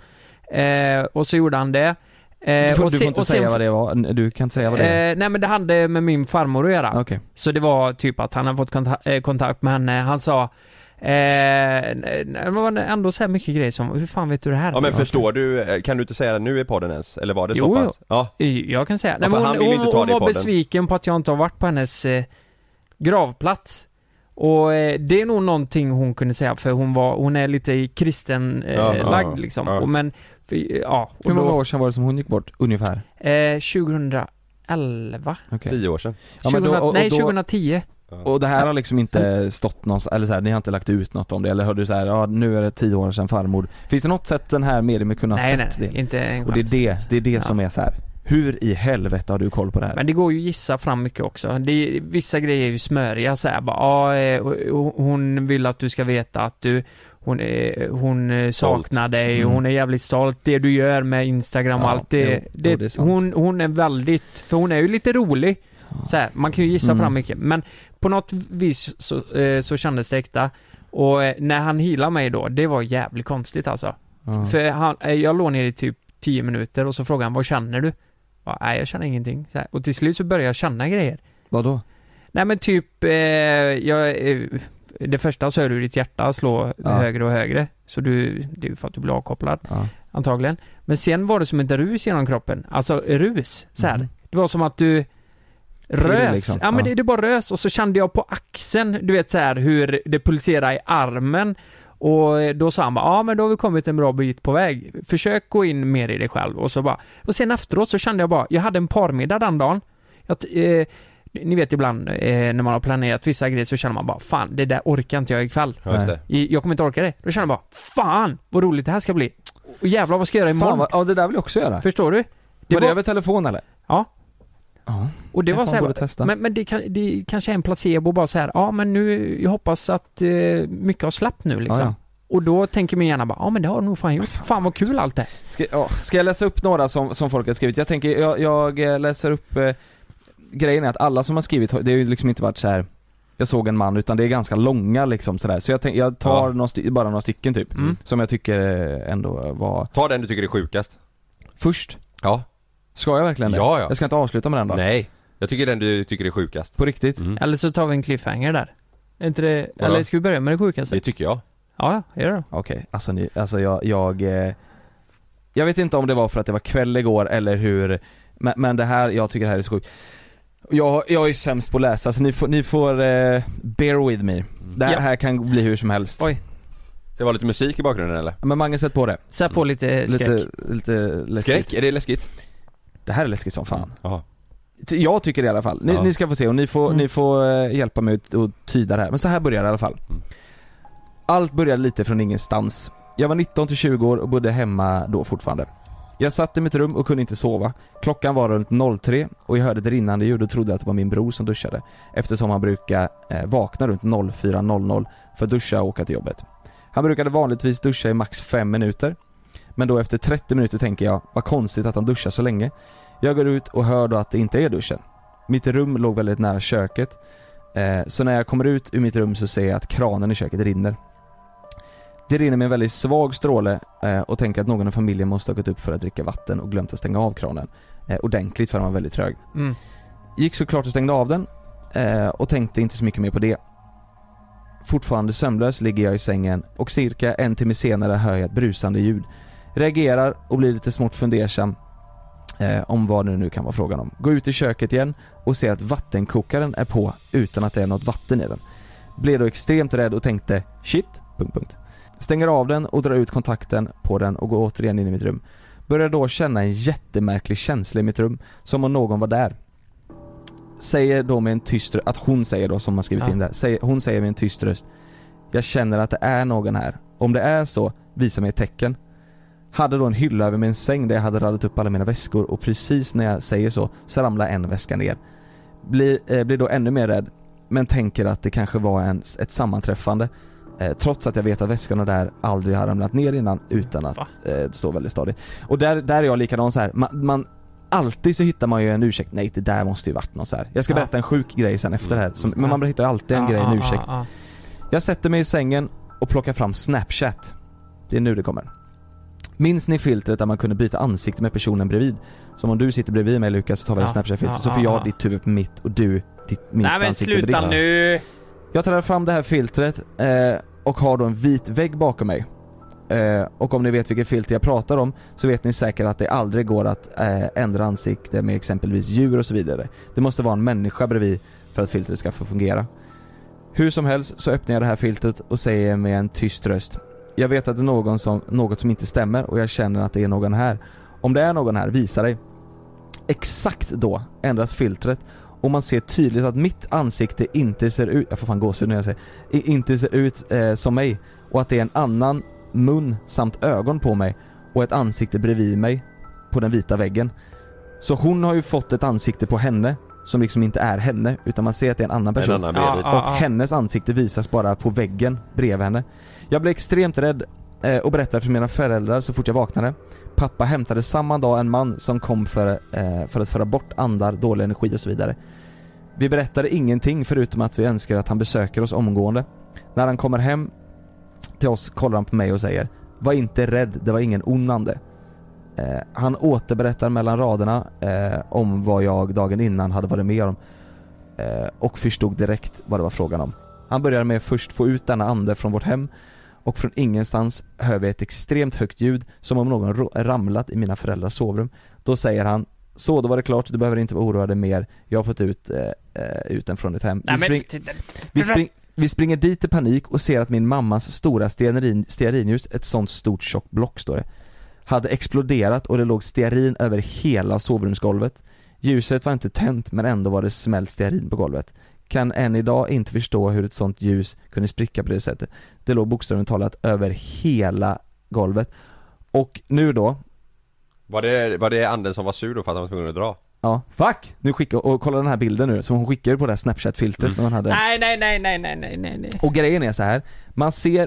Eh, och så gjorde han det. Eh, Du får, och du se- får inte och sen- säga vad det var, du kan inte säga vad det är. Eh, nej men det hade med min farmor att göra. Okej. Så det var typ att han har fått konta- eh, kontakt med henne. Han sa eh, nej, det var ändå så här mycket grejer som, hur fan vet du det här? Ja, men förstår du, kan du inte säga det nu i podden ens? Eller var det Jo, så pass? Ja. Jag kan säga. Ja, Nej, för men han hon vill ju hon, inte ta hon det i var podden. besviken på att jag inte har varit på hennes eh, gravplats. Och eh, det är nog någonting hon kunde säga för hon var, hon är lite kristen eh, Ja, ja, lagd liksom. ja. Och, men, för, ja. Och Hur många då, år sedan var det som hon gick bort, ungefär? Eh, tjugohundraelva Okej. Tio år sedan. Ja, men då- tjugohundra, och- nej, och då- tjugohundratio. Och det här har liksom inte stått någonstans, eller så här, ni har inte lagt ut något om det, eller hörde du så här, ja nu är det tio år sedan farmor. Finns det något sätt den här mediumet kunna ha Nej, sett nej, det? inte en Och det är chans. det, det är det Ja. som är så här. Hur i helvete har du koll på det här? Men det går ju att gissa fram mycket också. Det är, vissa grejer är ju smöriga så här, bara, ja, eh, hon vill att du ska veta att du hon, är, hon eh, saknar dig och Mm. hon är jävligt stolt. Det du gör med Instagram och Ja, allt det, jo, det, jo, det är sant. hon, hon är väldigt, för hon är ju lite rolig. Så här, man kan ju gissa Mm. fram mycket. Men på något vis så, eh, så kändes det äkta. Och eh, när han healade mig då, det var jävligt konstigt alltså. Ja. För han, eh, jag låg ner i typ tio minuter och så frågade han, vad känner du? Ja, nej, jag känner ingenting. Så här. Och till slut så började jag känna grejer. Vad då? Nej men typ, eh, jag, eh, det första så hör du ditt hjärta slå Ja. högre och högre. Så du, det är ju för att du blir avkopplad, Ja. antagligen. Men sen var det som ett rus genom kroppen. Alltså rus, så här. Mm. Det var som att du rös. liksom. Ja men Ja. det, det bara rös. Och så kände jag på axeln, du vet så här hur det pulserade i armen. Och då sa han bara, ja men då har vi kommit en bra bit på väg. Försök gå in mer i dig själv. Och så bara, och sen efteråt så kände jag bara, jag hade en parmiddag den dagen. Jag, eh, ni vet ibland eh, när man har planerat vissa grejer så känner man bara, fan det där orkar inte jag ikväll. Ja, just det. I, jag kommer inte orka det. Då känner jag bara, fan vad roligt det här ska bli. Och jävlar vad ska jag göra imorgon? Fan, vad, ja det där vill jag också göra. Förstår du? Det var det över telefon eller? Ja. Ja. Och det Jag var fan så här, borde testa. men, men det, kan, det kanske är en placebo bara så här, ja men nu, jag hoppas att eh, mycket har släppt nu liksom. Ja, ja. Och då tänker min hjärna bara, ja men det har jag nog fan gjort. Fan vad kul allt det. Ska, ja, ska jag läsa upp några som, som folk har skrivit? Jag tänker, jag, jag eh, läser upp eh, grejen är att alla som har skrivit, det har ju liksom inte varit så här. Jag såg en man, utan det är ganska långa liksom sådär. Så jag, tänk, jag tar Ja. några sty- bara några stycken typ, Mm. som jag tycker eh, ändå var... Ta den du tycker är sjukast. Först? Ja. Ska jag verkligen det? Ja, ja. Jag ska inte avsluta med den då? Nej. Jag tycker den du tycker är sjukast. På riktigt? Mm. Eller så tar vi en cliffhanger där. Är inte det, Vadå? eller ska vi börja med det sjukaste? Det tycker jag. Ja, gör det. Okej, okay. alltså, ni, alltså jag, jag eh, jag vet inte om det var för att det var kväll igår eller hur, men, men det här, jag tycker det här är så sjukt. Jag, jag är sämst på att läsa, så ni får, ni får eh, bear with me. Det här, Ja. här kan bli hur som helst. Oj. Det var lite musik i bakgrunden eller? Men Mange, sätt på det. Sätt på lite skräck. Lite, lite läskigt. Skräck? Är det läskigt? Det här är läskigt som fan. Ja. Jag tycker det i alla fall. Ni, Ja. ni ska få se och ni får, Mm. ni får eh, hjälpa mig att, att tyda det här. Men så här börjar det i alla fall. Mm. Allt började lite från ingenstans. Jag var nitton till tjugo år och bodde hemma då fortfarande. Jag satt i mitt rum och kunde inte sova. Klockan var runt noll tre och jag hörde ett rinnande ljud och trodde att det var min bror som duschade. Eftersom han brukar eh, vakna runt noll fyra noll noll för att duscha och åka till jobbet. Han brukade vanligtvis duscha i max fem minuter. Men då efter trettio minuter tänker jag, vad konstigt att han duschar så länge. Jag går ut och hör då att det inte är duschen. Mitt rum låg väldigt nära köket. Eh, så när jag kommer ut ur mitt rum så ser jag att kranen i köket rinner. Det rinner med en väldigt svag stråle eh, och tänker att någon i familjen måste ha gått upp för att dricka vatten och glömt att stänga av kranen. Eh, ordentligt för den var väldigt trög. Mm. Gick såklart och stängde av den eh, och tänkte inte så mycket mer på det. Fortfarande sömnlös ligger jag i sängen och cirka en timme senare hör jag ett brusande ljud. Reagerar och blir lite smått fundersam eh, om vad det nu kan vara frågan om. Går ut i köket igen och ser att vattenkokaren är på utan att det är något vatten i den. Blev då extremt rädd och tänkte shit, punkt, punkt. Stänger av den och drar ut kontakten på den och går återigen in i mitt rum. Börjar då känna en jättemärklig känsla i mitt rum, som om någon var där. Säger då med en tyst röst, att hon säger då som man skrivit Ja. in där, säger, hon säger med en tyst röst: jag känner att det är någon här. Om det är så, visa mig ett tecken. Hade då en hylla över min säng där jag hade radat upp alla mina väskor och precis när jag säger så, så ramlar en väska ner. Blir, eh, blir då ännu mer rädd, men tänker att det kanske var en, ett sammanträffande. Eh, trots att jag vet att väskorna där aldrig har ramlat ner innan utan att eh, det står väldigt stadigt. Och där, där är jag likadan så här. Man, man, alltid så hittar man ju en ursäkt. Nej, det där måste ju varit något så här. Jag ska Ja. berätta en sjuk grej sen efter det här. Som, men man hittar ju alltid en Ja, grej, en ja, ursäkt. ja, ja. Jag sätter mig i sängen och plockar fram Snapchat. Det är nu det kommer. Minns ni filtret där man kunde byta ansikte med personen bredvid? Som om du sitter bredvid mig, Lukas, så tar vi Ja. en Snapchat-filter. Ja, så får ja, jag ja. ditt huvud på mitt och du ditt, mitt Nej men ansikte sluta bredvid. nu! Jag tar fram det här filtret eh, och har då en vit vägg bakom mig. Eh, och om ni vet vilket filter jag pratar om så vet ni säkert att det aldrig går att eh, ändra ansikte med exempelvis djur och så vidare. Det måste vara en människa bredvid för att filtret ska få fungera. Hur som helst så öppnar jag det här filtret och säger med en tyst röst: jag vet att det är någon som, något som inte stämmer och jag känner att det är någon här. Om det är någon här, visa dig. Exakt då ändras filtret och man ser tydligt att mitt ansikte inte ser ut, jag får fan gåshud när jag säger, inte ser ut eh, som mig, och att det är en annan mun samt ögon på mig och ett ansikte bredvid mig på den vita väggen. Så hon har ju fått ett ansikte på henne som liksom inte är henne, utan man ser att det är en annan person. En annan bredvid. och Ja, ja, ja. hennes ansikte visas bara på väggen bredvid henne. Jag blev extremt rädd eh, och berättade för mina föräldrar så fort jag vaknade. Pappa hämtade samma dag en man som kom för, eh, för att föra bort andar, dålig energi och så vidare. Vi berättade ingenting förutom att vi önskar att han besöker oss omgående. När han kommer hem till oss kollar han på mig och säger: var inte rädd, det var ingen onande. Eh, han återberättar mellan raderna eh, om vad jag dagen innan hade varit med om eh, och förstod direkt vad det var frågan om. Han börjar med först få ut denna ande från vårt hem, och från ingenstans hör vi ett extremt högt ljud som om någon ro- ramlat i mina föräldrars sovrum. Då säger han: så, då var det klart, du behöver inte vara oroad mer. Jag har fått ut, eh, ut den från ditt hem. Nej, vi, men... spring, vi, spring, vi springer dit i panik och ser att min mammas stora stearin, stearinljus, ett sånt stort tjockt block står det, hade exploderat och det låg stearin över hela sovrumsgolvet. Ljuset var inte tänt, men ändå var det smält stearin på golvet. Kan än idag inte förstå hur ett sånt ljus kunde spricka på det sättet. Det låg bokstavligt talat över hela golvet. Och nu då... Var det, var det anden som var sur då för att han var tvungen att dra? Ja, fuck! Nu skickar, och kolla den här bilden nu som hon skickade på det här Snapchat-filtret mm. när man hade... Nej, nej, nej, nej, nej, nej, nej, nej. Och grejen är så här, man ser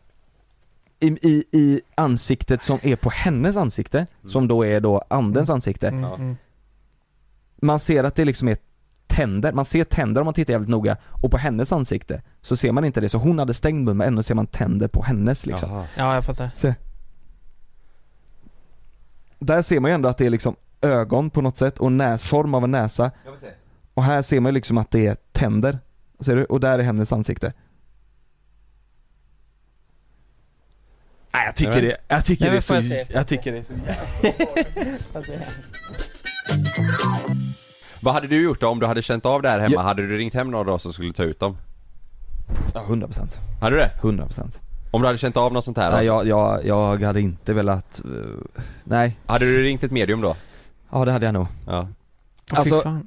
i, i, i ansiktet som är på hennes ansikte, mm. som då är då andens ansikte. Mm, mm. Man ser att det liksom är tänder, man ser tänder om man tittar jävligt noga, och på hennes ansikte så ser man inte det, så hon hade stängd mun men ändå ser man tänder på hennes liksom. Jaha. Ja, jag fattar. Se. där ser man ju ändå att det är liksom ögon på något sätt och näsform av en näsa. Jag vill se. Och här ser man ju liksom att det är tänder. Ser du? Och där är hennes ansikte. Nej, jag tycker det. Jag tycker Nej, det är så får jag se? jag tycker det är så jävla. Vad hade du gjort då om du hade känt av det här hemma? Ja. Hade du ringt hem någon då som skulle ta ut dem? Ja, hundra procent. Hade du det? hundra procent. Om du hade känt av något sånt här? Nej, alltså? jag, jag, jag hade inte velat uh, nej. Hade du ringt ett medium då? Ja, det hade jag nog. Ja. Alltså,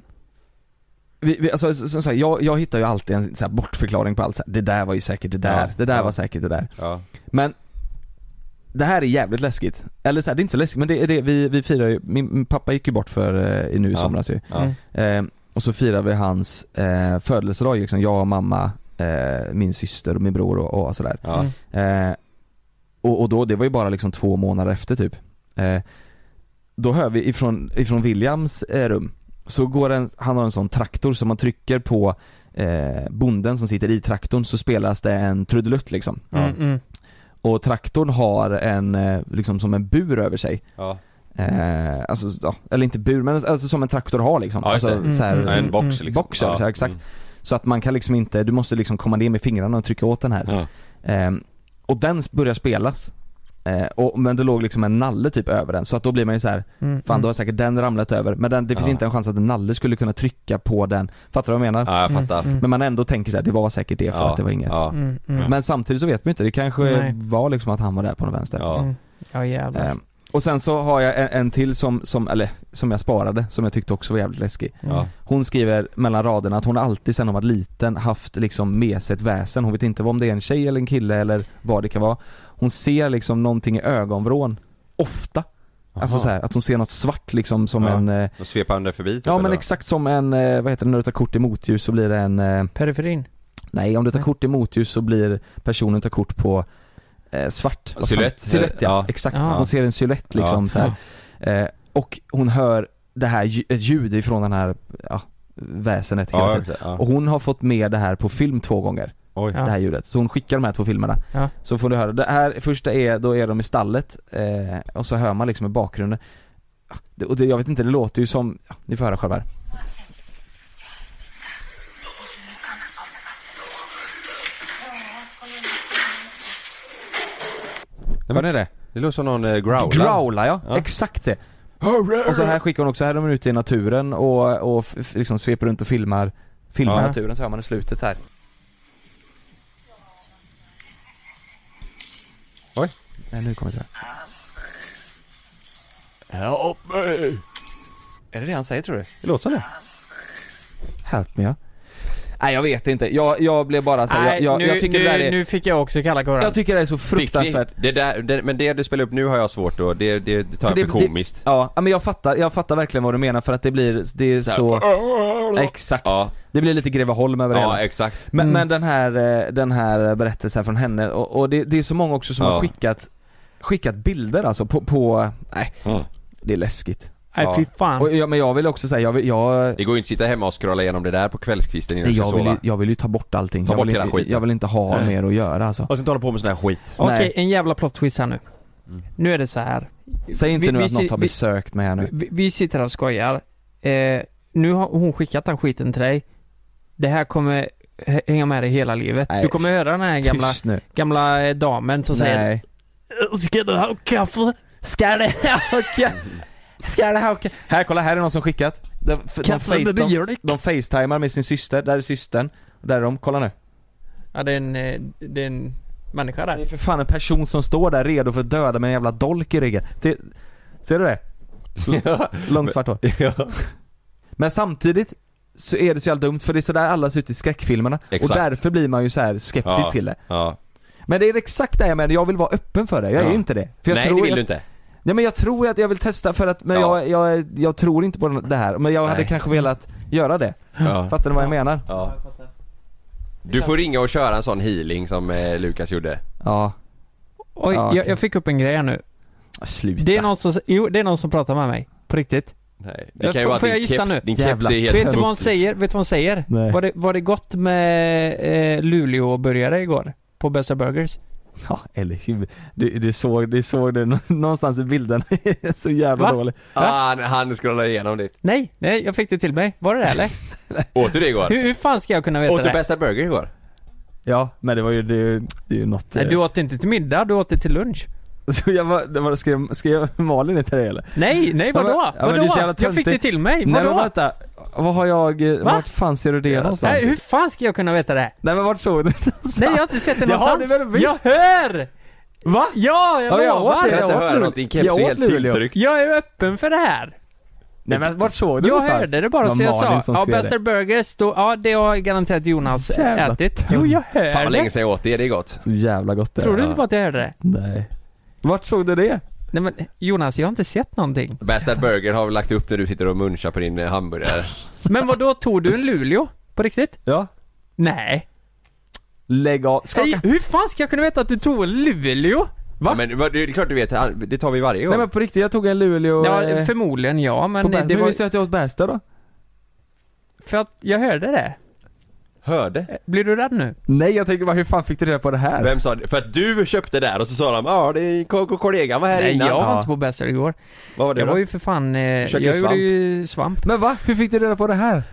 vi, vi, alltså som sagt, jag, jag hittar ju alltid en så här bortförklaring på allt. Så här, det där var ju säkert det där, Ja, det där ja. var säkert det där. Ja. Men det här är jävligt läskigt. Eller så här, det är inte så läskigt, men det är det vi, vi firar ju, min, min pappa gick ju bort för eh, nu i Ja. somras ju. Ja. Eh, och så firar vi hans eh, födelsedag liksom, jag och mamma, eh, min syster och min bror och, och sådär. Ja. Eh, och, och då, det var ju bara liksom två månader efter typ. Eh, då hör vi ifrån, ifrån Williams eh, rum, så går en, han har en sån traktor som man trycker på eh, bonden som sitter i traktorn, så spelas det en trudelutt liksom. Mm, mm. Och traktorn har en, eh, liksom som en bur över sig. Ja. Eh, alltså, ja, eller inte bur, men alltså som en traktor har liksom. Ja, just alltså, det. så här, Mm, mm, en box liksom. Box, ja, Ja, exakt. mm. Så att man kan liksom inte, du måste liksom komma ner med fingrarna och trycka åt den här. Ja. Eh, och den börjar spelas. Eh, och, men det låg liksom en nalle typ över den, så att då blir man ju så här, Mm, fan mm. då har säkert den ramlat över, men den, det finns Ja. inte en chans att en nalle skulle kunna trycka på den. Fattar du vad jag menar? Ja, jag fattar. Mm, mm. Men man ändå tänker så här, det var säkert det för Ja. att det var inget. Ja. Mm, mm. Men samtidigt så vet man inte, det kanske Nej. var liksom att han var där på den vänster. Ja. Mm. Ja, jävlar. Eh, och sen så har jag en, en till som, som, eller, som jag sparade, som jag tyckte också var jävligt läskig. Ja. Hon skriver mellan raderna att hon alltid sedan hon var liten haft liksom med sig ett väsen. Hon vet inte om det är en tjej eller en kille eller vad det kan vara. Hon ser liksom någonting i ögonvrån ofta. Alltså Aha. så här, att hon ser något svart liksom som Ja. en eh, Då sveper han det förbi typ, ja men eller? exakt som en, eh, vad heter det, när du tar kort i motljus så blir det en eh, Periferin. nej, om du tar Nej. kort i motljus så blir personen tar kort på eh, svart. Vad fan? Silhuett. Silhuett, ja. Ja. Exakt. Ja. Hon ser en silhuett liksom Ja. så här. Eh, och hon hör det här lj- ett ljud ifrån den här ja, väsenet hela Ja, tiden. ja. Och hon har fått med det här på film två gånger. Oj. Det här ljudet. Så hon skickar de här två filmerna. Ja. Så får du höra. Det här första är, då är de i stallet eh, och så hör man liksom i bakgrunden. Det, och det, jag vet inte, det låter ju som, ja, ni får höra själva här. Hör ni det? Det låter som någon eh, growlar. Growla, ja. Ja. Exakt det. Och så här skickar hon också, här är de ute i naturen och, och f- liksom sveper runt och filmar filmar Ja. naturen, så hör man i slutet så här. Oj. Nej, nu kommer det här. Help me. Är det det han säger, tror du? Det låter som det. Help me, ja. Nej, jag vet inte. Jag, jag blev bara så här, jag, Nej, jag, nu, jag tycker nu, det där är, nu fick jag också kalla kåren. jag tycker det är så fruktansvärt. Fick vi- Det där, det, men det du spelar upp nu har jag svårt då. Det, det, det tar För jag för det- komiskt. Ja, men jag fattar, jag fattar verkligen vad du menar, för att det blir, det är så, exakt. Ja, Det blir lite Greveholm över det ja hela. exakt. Men, Mm. men den här, eh, den här berättelsen från henne, och, och det, det är så många också som Ja. har skickat skickat bilder alltså på, på nej, Ja. det är läskigt. Nej, Ja. fy fan. Och, ja, men jag vill också säga, jag vill, jag, Det går ju inte att sitta hemma och scrolla igenom det där på kvällskvisten innan nej, du ska jag, vill sova. ju, jag vill ju ta bort allting. Ta jag, bort vill hela inte, skiten. jag vill inte ha Nej. mer att göra alltså. Och sen hålla på med sån här skit. Okej, Nej. en jävla plot twist här nu. Mm. Nu är det så här. Säg inte Vi- nu vi att något si- har vi- besökt mig här nu. Vi, vi sitter här och skojar. Eh, nu har hon skickat den skiten till dig. Det här kommer h- hänga med dig hela livet. Nej, Du kommer höra den här gamla, Tyst nu. gamla eh, damen som säger Nej. Ska du ha kaffe? Ska du ha kaffe? Ska du ha kaffe? Här, kolla, här är någon som skickat. De, f- de, Kaffe face, med de, mjölk. de facetimar med sin syster, där är systern. Och där är de, kolla nu. Ja, det är en, eh, det är en människa Det är där. för fan en person som står där redo för att döda med en jävla dolk i ryggen. Se, ser du det? Ja. Långt svart hår. Ja. Men samtidigt så är det så jävla dumt, för det är så där alla ser ut i skräckfilmerna. Exakt. Och därför blir man ju så här skeptisk Ja. till det. Ja. Men det är exakt det jag menar, jag vill vara öppen för det. Jag är Ja. ju inte det. För jag Nej, tror det vill jag, du inte. Nej, men jag tror att jag vill testa för att, men Ja. jag, jag, jag tror inte på det här. Men jag hade Nej. kanske velat göra det. Ja. Fattar du vad jag menar? Ja. Du får ringa och köra en sån healing som eh, Lukas gjorde. Ja. Oj, Ja, okej. jag, jag fick upp en grej här nu. Sluta. Det är någon som, jo, det är någon som pratar med mig. På riktigt. Nej, det Eh, kan ju får- vara får jag din gissa keps, nu? din keps Jävla- är helt Vet du vad hon upp. säger? Vet du vad hon säger? Nej. Var det, var det gott med eh, Luleå-burgare igår? På Bessa Burgers? Ja, eller hur? Du, du såg, du såg det någonstans i bilden. Så jävla Va? dålig. Ah, han, han scrollade igenom det. Nej, nej, jag fick det till mig. Var det det eller? Åt du det igår? Hur, hur fan ska jag kunna veta Åt det? du bästa burger igår? Ja, men det var ju, det, är ju- det är ju något... Nej, du åt inte till middag, du åt det till lunch. Så jag var, det var skrev, skrev Malin inte det eller? Nej, nej, vadå? Ja, men- ja, men vadå? det är så jävla Jag fick det töntigt. till mig, Nej vadå? men vänta, vad har jag, Va? vart fan ser du det någonstans? Nej, hur fan ska jag kunna veta det? Nej men vart såg du det någonstans? Nej, jag har inte sett det Jaha, någonstans. det är väl visst. Jag hör! Va? Ja, jag Ja, jag lovar. åt det, Jag jag inte åt höra Luleå. något, din keps Jag är åt helt Luleå. tilltryckt. Jag är öppen för det här. Nej men vart såg du Jag någonstans? hörde det bara var så jag Malin sa, som ja skrev Bästa Burgers, då, ja det har garanterat Jonas Jävla ätit. Jo, jag hör Fan vad länge det. sedan jag åt det, det är gott. Så jävla gott det Tror du är. inte på att jag hörde det? Nej. Vart såg du det? Nej men Jonas, jag har inte sett någonting. Bästa burger har vi lagt upp när du sitter och munchar på din eh, hamburgare. Men vad då tog du en Luleå? På riktigt? Ja. Nej. Lägg av. Skaka. Nej, hur fan ska jag kunna veta att du tog en Luleå? Va? Ja, men vad- det är klart du vet, det tar vi varje gång. Nej men på riktigt, jag tog en Luleå. Ja, eh, förmodligen ja, men på det, Bä- det Hur var visste du att jag åt Bästa då? för att jag hörde det. Hörde? Blir du rädd nu? Nej jag tänker bara, hur fan fick du reda på det här? Vem sa det? För att du köpte där och så sa de, ja det är ko- ko- kollegan var här Nej, innan. jag var Ja. inte på Bästa igår. Vad var det Jag då? var ju för fan, eh, Försöker jag gjorde svamp. ju svamp. Men va? Hur fick du reda på det här?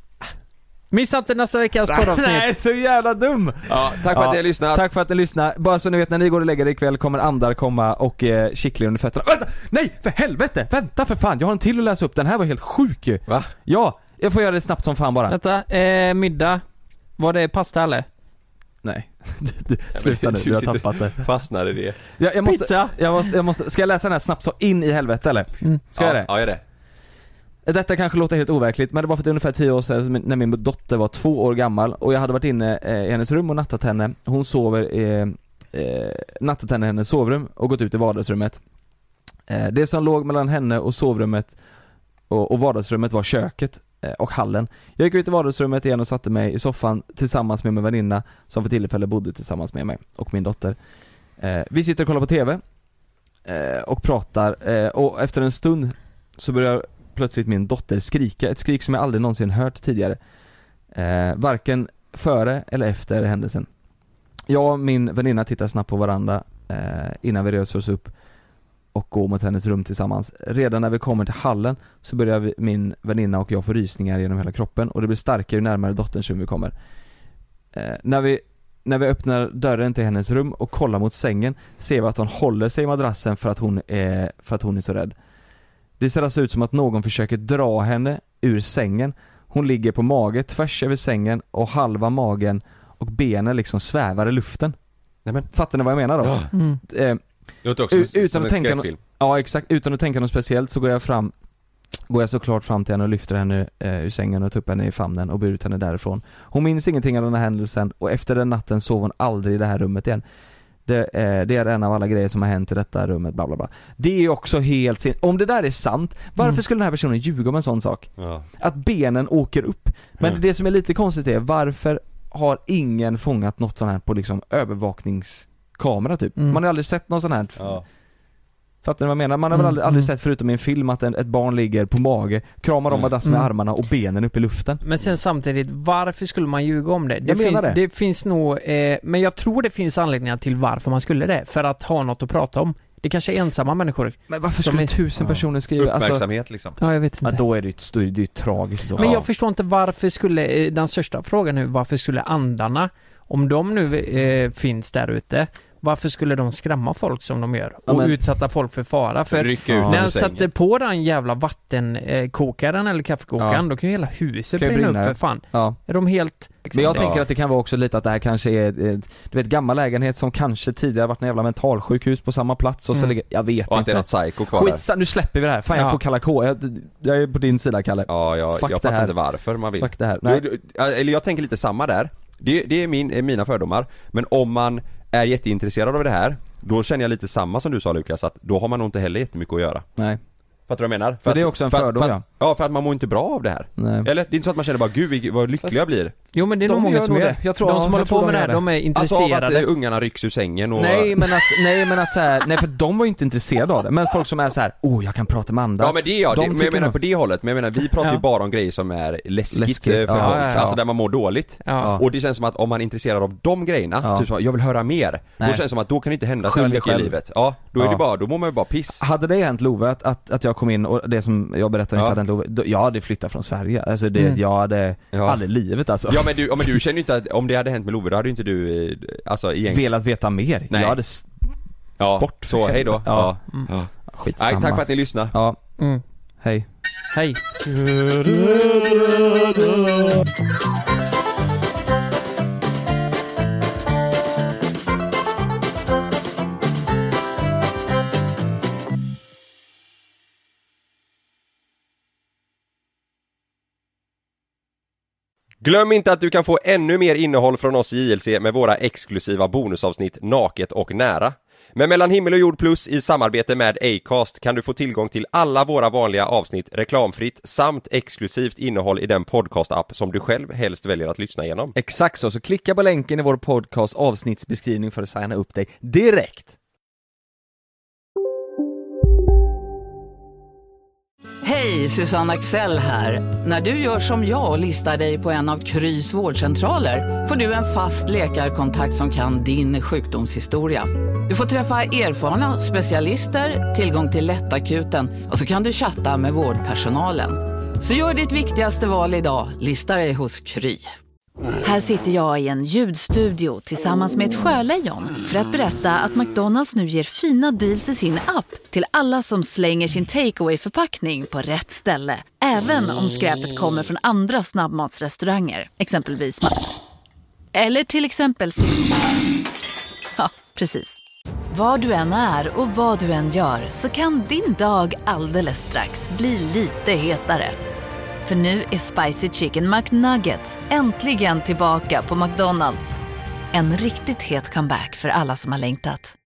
Missa inte nästa veckas poddavsnitt. Nej, så jävla dum! Ja, tack för Ja, att ni har lyssnat. Tack för att ni lyssnar. Bara så ni vet, när ni går och lägger er ikväll kommer andar komma och eh, kittla under fötterna. Vänta! Nej, för helvete! Vänta för fan, jag har en till att läsa upp. Den här var helt sjuk ju. Va? Ja, jag får göra det snabbt som fan bara. Vänta, eh, middag. Var det pasta eller? Nej, du, du, sluta nu, du har tappat det. Fastnar i det. Jag, jag måste, Pizza! jag måste, jag måste, ska jag läsa den här snabbt så in i helvete eller? Mm. Ska jag ja, det? Ja, gör det. Detta kanske låter helt overkligt, men det var för att det är ungefär tio år sedan när min dotter var två år gammal och jag hade varit inne eh, i hennes rum och nattat henne. Hon sover eh, eh, nattat henne i hennes sovrum och gått ut i vardagsrummet. Eh, det som låg mellan henne och sovrummet och, och vardagsrummet var köket eh, och hallen. Jag gick ut i vardagsrummet igen och satte mig i soffan tillsammans med min väninna som för tillfället bodde tillsammans med mig och min dotter. Eh, vi sitter och kollar på tv eh, och pratar eh, och efter en stund så börjar plötsligt min dotter skrika, ett skrik som jag aldrig någonsin hört tidigare. Eh, varken före eller efter händelsen. Jag och min väninna tittar snabbt på varandra eh, innan vi rör oss upp och går mot hennes rum tillsammans. Redan när vi kommer till hallen så börjar vi, min väninna och jag få rysningar genom hela kroppen och det blir starkare ju närmare dotterns rum vi kommer. Eh, när vi När vi öppnar dörren till hennes rum och kollar mot sängen ser vi att hon håller sig i madrassen för att hon är, för att hon är så rädd. Det ser alltså ut som att någon försöker dra henne ur sängen. Hon ligger på mage tvärs över sängen och halva magen och benen liksom svävar i luften. Nej, men. Fattar ni vad jag menar då? Ja. Mm. Eh, Det låter också u- som, utan som att en tänka skräckfilm. Ja exakt, utan att tänka något speciellt så går jag fram Går jag såklart fram till henne och lyfter henne eh, ur sängen och tar upp henne i famnen och bär ut henne därifrån. Hon minns ingenting av den här händelsen och efter den natten sov hon aldrig i det här rummet igen. Det, eh, det är en av alla grejer som har hänt i detta rummet, bla bla bla. Det är ju också helt sin... Om det där är sant, varför Mm. skulle den här personen ljuga om en sån sak? Ja. Att benen åker upp. Men Mm. det som är lite konstigt är, varför har ingen fångat något sånt här på liksom övervakningskamera typ? Mm. Man har aldrig sett någon sån här... Ja. Fattar ni vad jag menar? Man har väl Mm, aldrig, aldrig mm. sett förutom i en film att en, ett barn ligger på mage, kramar om madrassen med Mm. armarna och benen upp i luften. Men sen samtidigt, varför skulle man ljuga om det? Det, Jag finns, menar det. det finns nog, eh, men jag tror det finns anledningar till varför man skulle det. För att ha något att prata om. Det kanske är ensamma människor. Men varför som skulle är- tusen Ja. personer skriva? Alltså, Uppmärksamhet liksom. Ja, jag vet ja, inte. då är det ju ett- då är det ju tragiskt. Då. Men Ja. jag förstår inte varför skulle, eh, den största frågan nu, varför skulle andarna, om de nu eh, finns där ute, varför skulle de skrämma folk som de gör? Ja, Och men- utsätta folk för fara? För Rycka ut Ja. när ur han sängen. sätter på den jävla vattenkokaren eller kaffekokaren, Ja. då kan ju hela huset Kan ju brinna upp brinna, för ja. fan. Ja. Är de helt... Men jag Ja. tänker att det kan vara också lite att det här kanske är eh, du vet, gammal lägenhet som kanske tidigare varit en jävla mentalsjukhus på samma plats och så Mm. ligger, jag vet Och att det inte. är något psycho kvar där. Skit, nu släpper vi det här. Fan jag Ja. får kalla K. Jag, jag är på din sida, Kalle. Ja, jag, Fuck jag det fattar här. inte varför man vill. Fuck det här. Nej. Jo, du- Eller jag tänker lite samma där. Det, det är min, är mina fördomar. Men om man är jätteintresserad av det här, då känner jag lite samma som du sa Lukas, att då har man nog inte heller jättemycket att göra. Nej. Fattar du vad jag menar? För att- det är också en för att- fördom, för ja. att, ja, för att man mår inte bra av det här. Nej. Eller? Det är inte så att man känner bara, gud vad lycklig Fast- jag blir. Jo men det är De nog många gör som nog gör det. det. Jag tror- de som jag håller tror på de med det gör här, de är Alltså av intresserade. att eh, ungarna rycks ur sängen och... Nej men att, nej men att så här, nej för de var ju inte intresserade av det. Men folk som är så här, oh jag kan prata med andra. Ja men det är jag, de det, men jag tycker menar nog- på det hållet, men jag menar vi pratar Ja. ju bara om grejer som är läskigt, Läskigt, eh, för ja, folk, ja, ja. alltså där man mår dåligt. Ja. Och det känns som att om man är intresserad av de grejerna, Ja. typ som att jag vill höra mer, Nej. då känns det som att då kan det inte hända så Skyll dig mycket i själv. livet. Ja, då är Ja. det bara, då mår man ju bara piss. Hade det hänt Love att, att, att jag kom in och det som jag berättade nyss Ja. hade hänt Love, då, jag hade flyttat från Sverige. Alltså det, Mm. jag hade, Ja. aldrig i livet alltså. Ja men du, ja, men du känner ju inte att, om det hade hänt med Love, då hade ju inte du, eh, alltså egentligen... Velat veta mer. Nej. Jag hade s- Ja, bort för så hej då. helvete. Ja. Ja. Ja. skitsamma. Nej, tack för att ni lyssnade. Ja, Mm. hej. Hej. Glöm inte att du kan få ännu mer innehåll från oss i J L C med våra exklusiva bonusavsnitt Naket och nära. Men Mellan himmel och jord plus i samarbete med Acast kan du få tillgång till alla våra vanliga avsnitt reklamfritt samt exklusivt innehåll i den podcast-app som du själv helst väljer att lyssna igenom. Exakt så, så klicka på länken i vår podcast avsnittsbeskrivning för att signa upp dig direkt. Hej, Susanne Axel här. När du gör som jag och listar dig på en av Krys vårdcentraler får du en fast läkarkontakt som kan din sjukdomshistoria. Du får träffa erfarna specialister, tillgång till lättakuten och så kan du chatta med vårdpersonalen. Så gör ditt viktigaste val idag, lista dig hos Kry. Här sitter jag i en ljudstudio tillsammans med ett sjölejon för att berätta att McDonalds nu ger fina deals i sin app till alla som slänger sin takeaway-förpackning på rätt ställe. Även om skräpet kommer från andra snabbmatsrestauranger, exempelvis Ma- Eller till exempel Sim- Ja, precis. Var du än är och vad du än gör så kan din dag alldeles strax bli lite hetare. För nu är Spicy Chicken McNuggets äntligen tillbaka på McDonalds. En riktigt het comeback för alla som har längtat.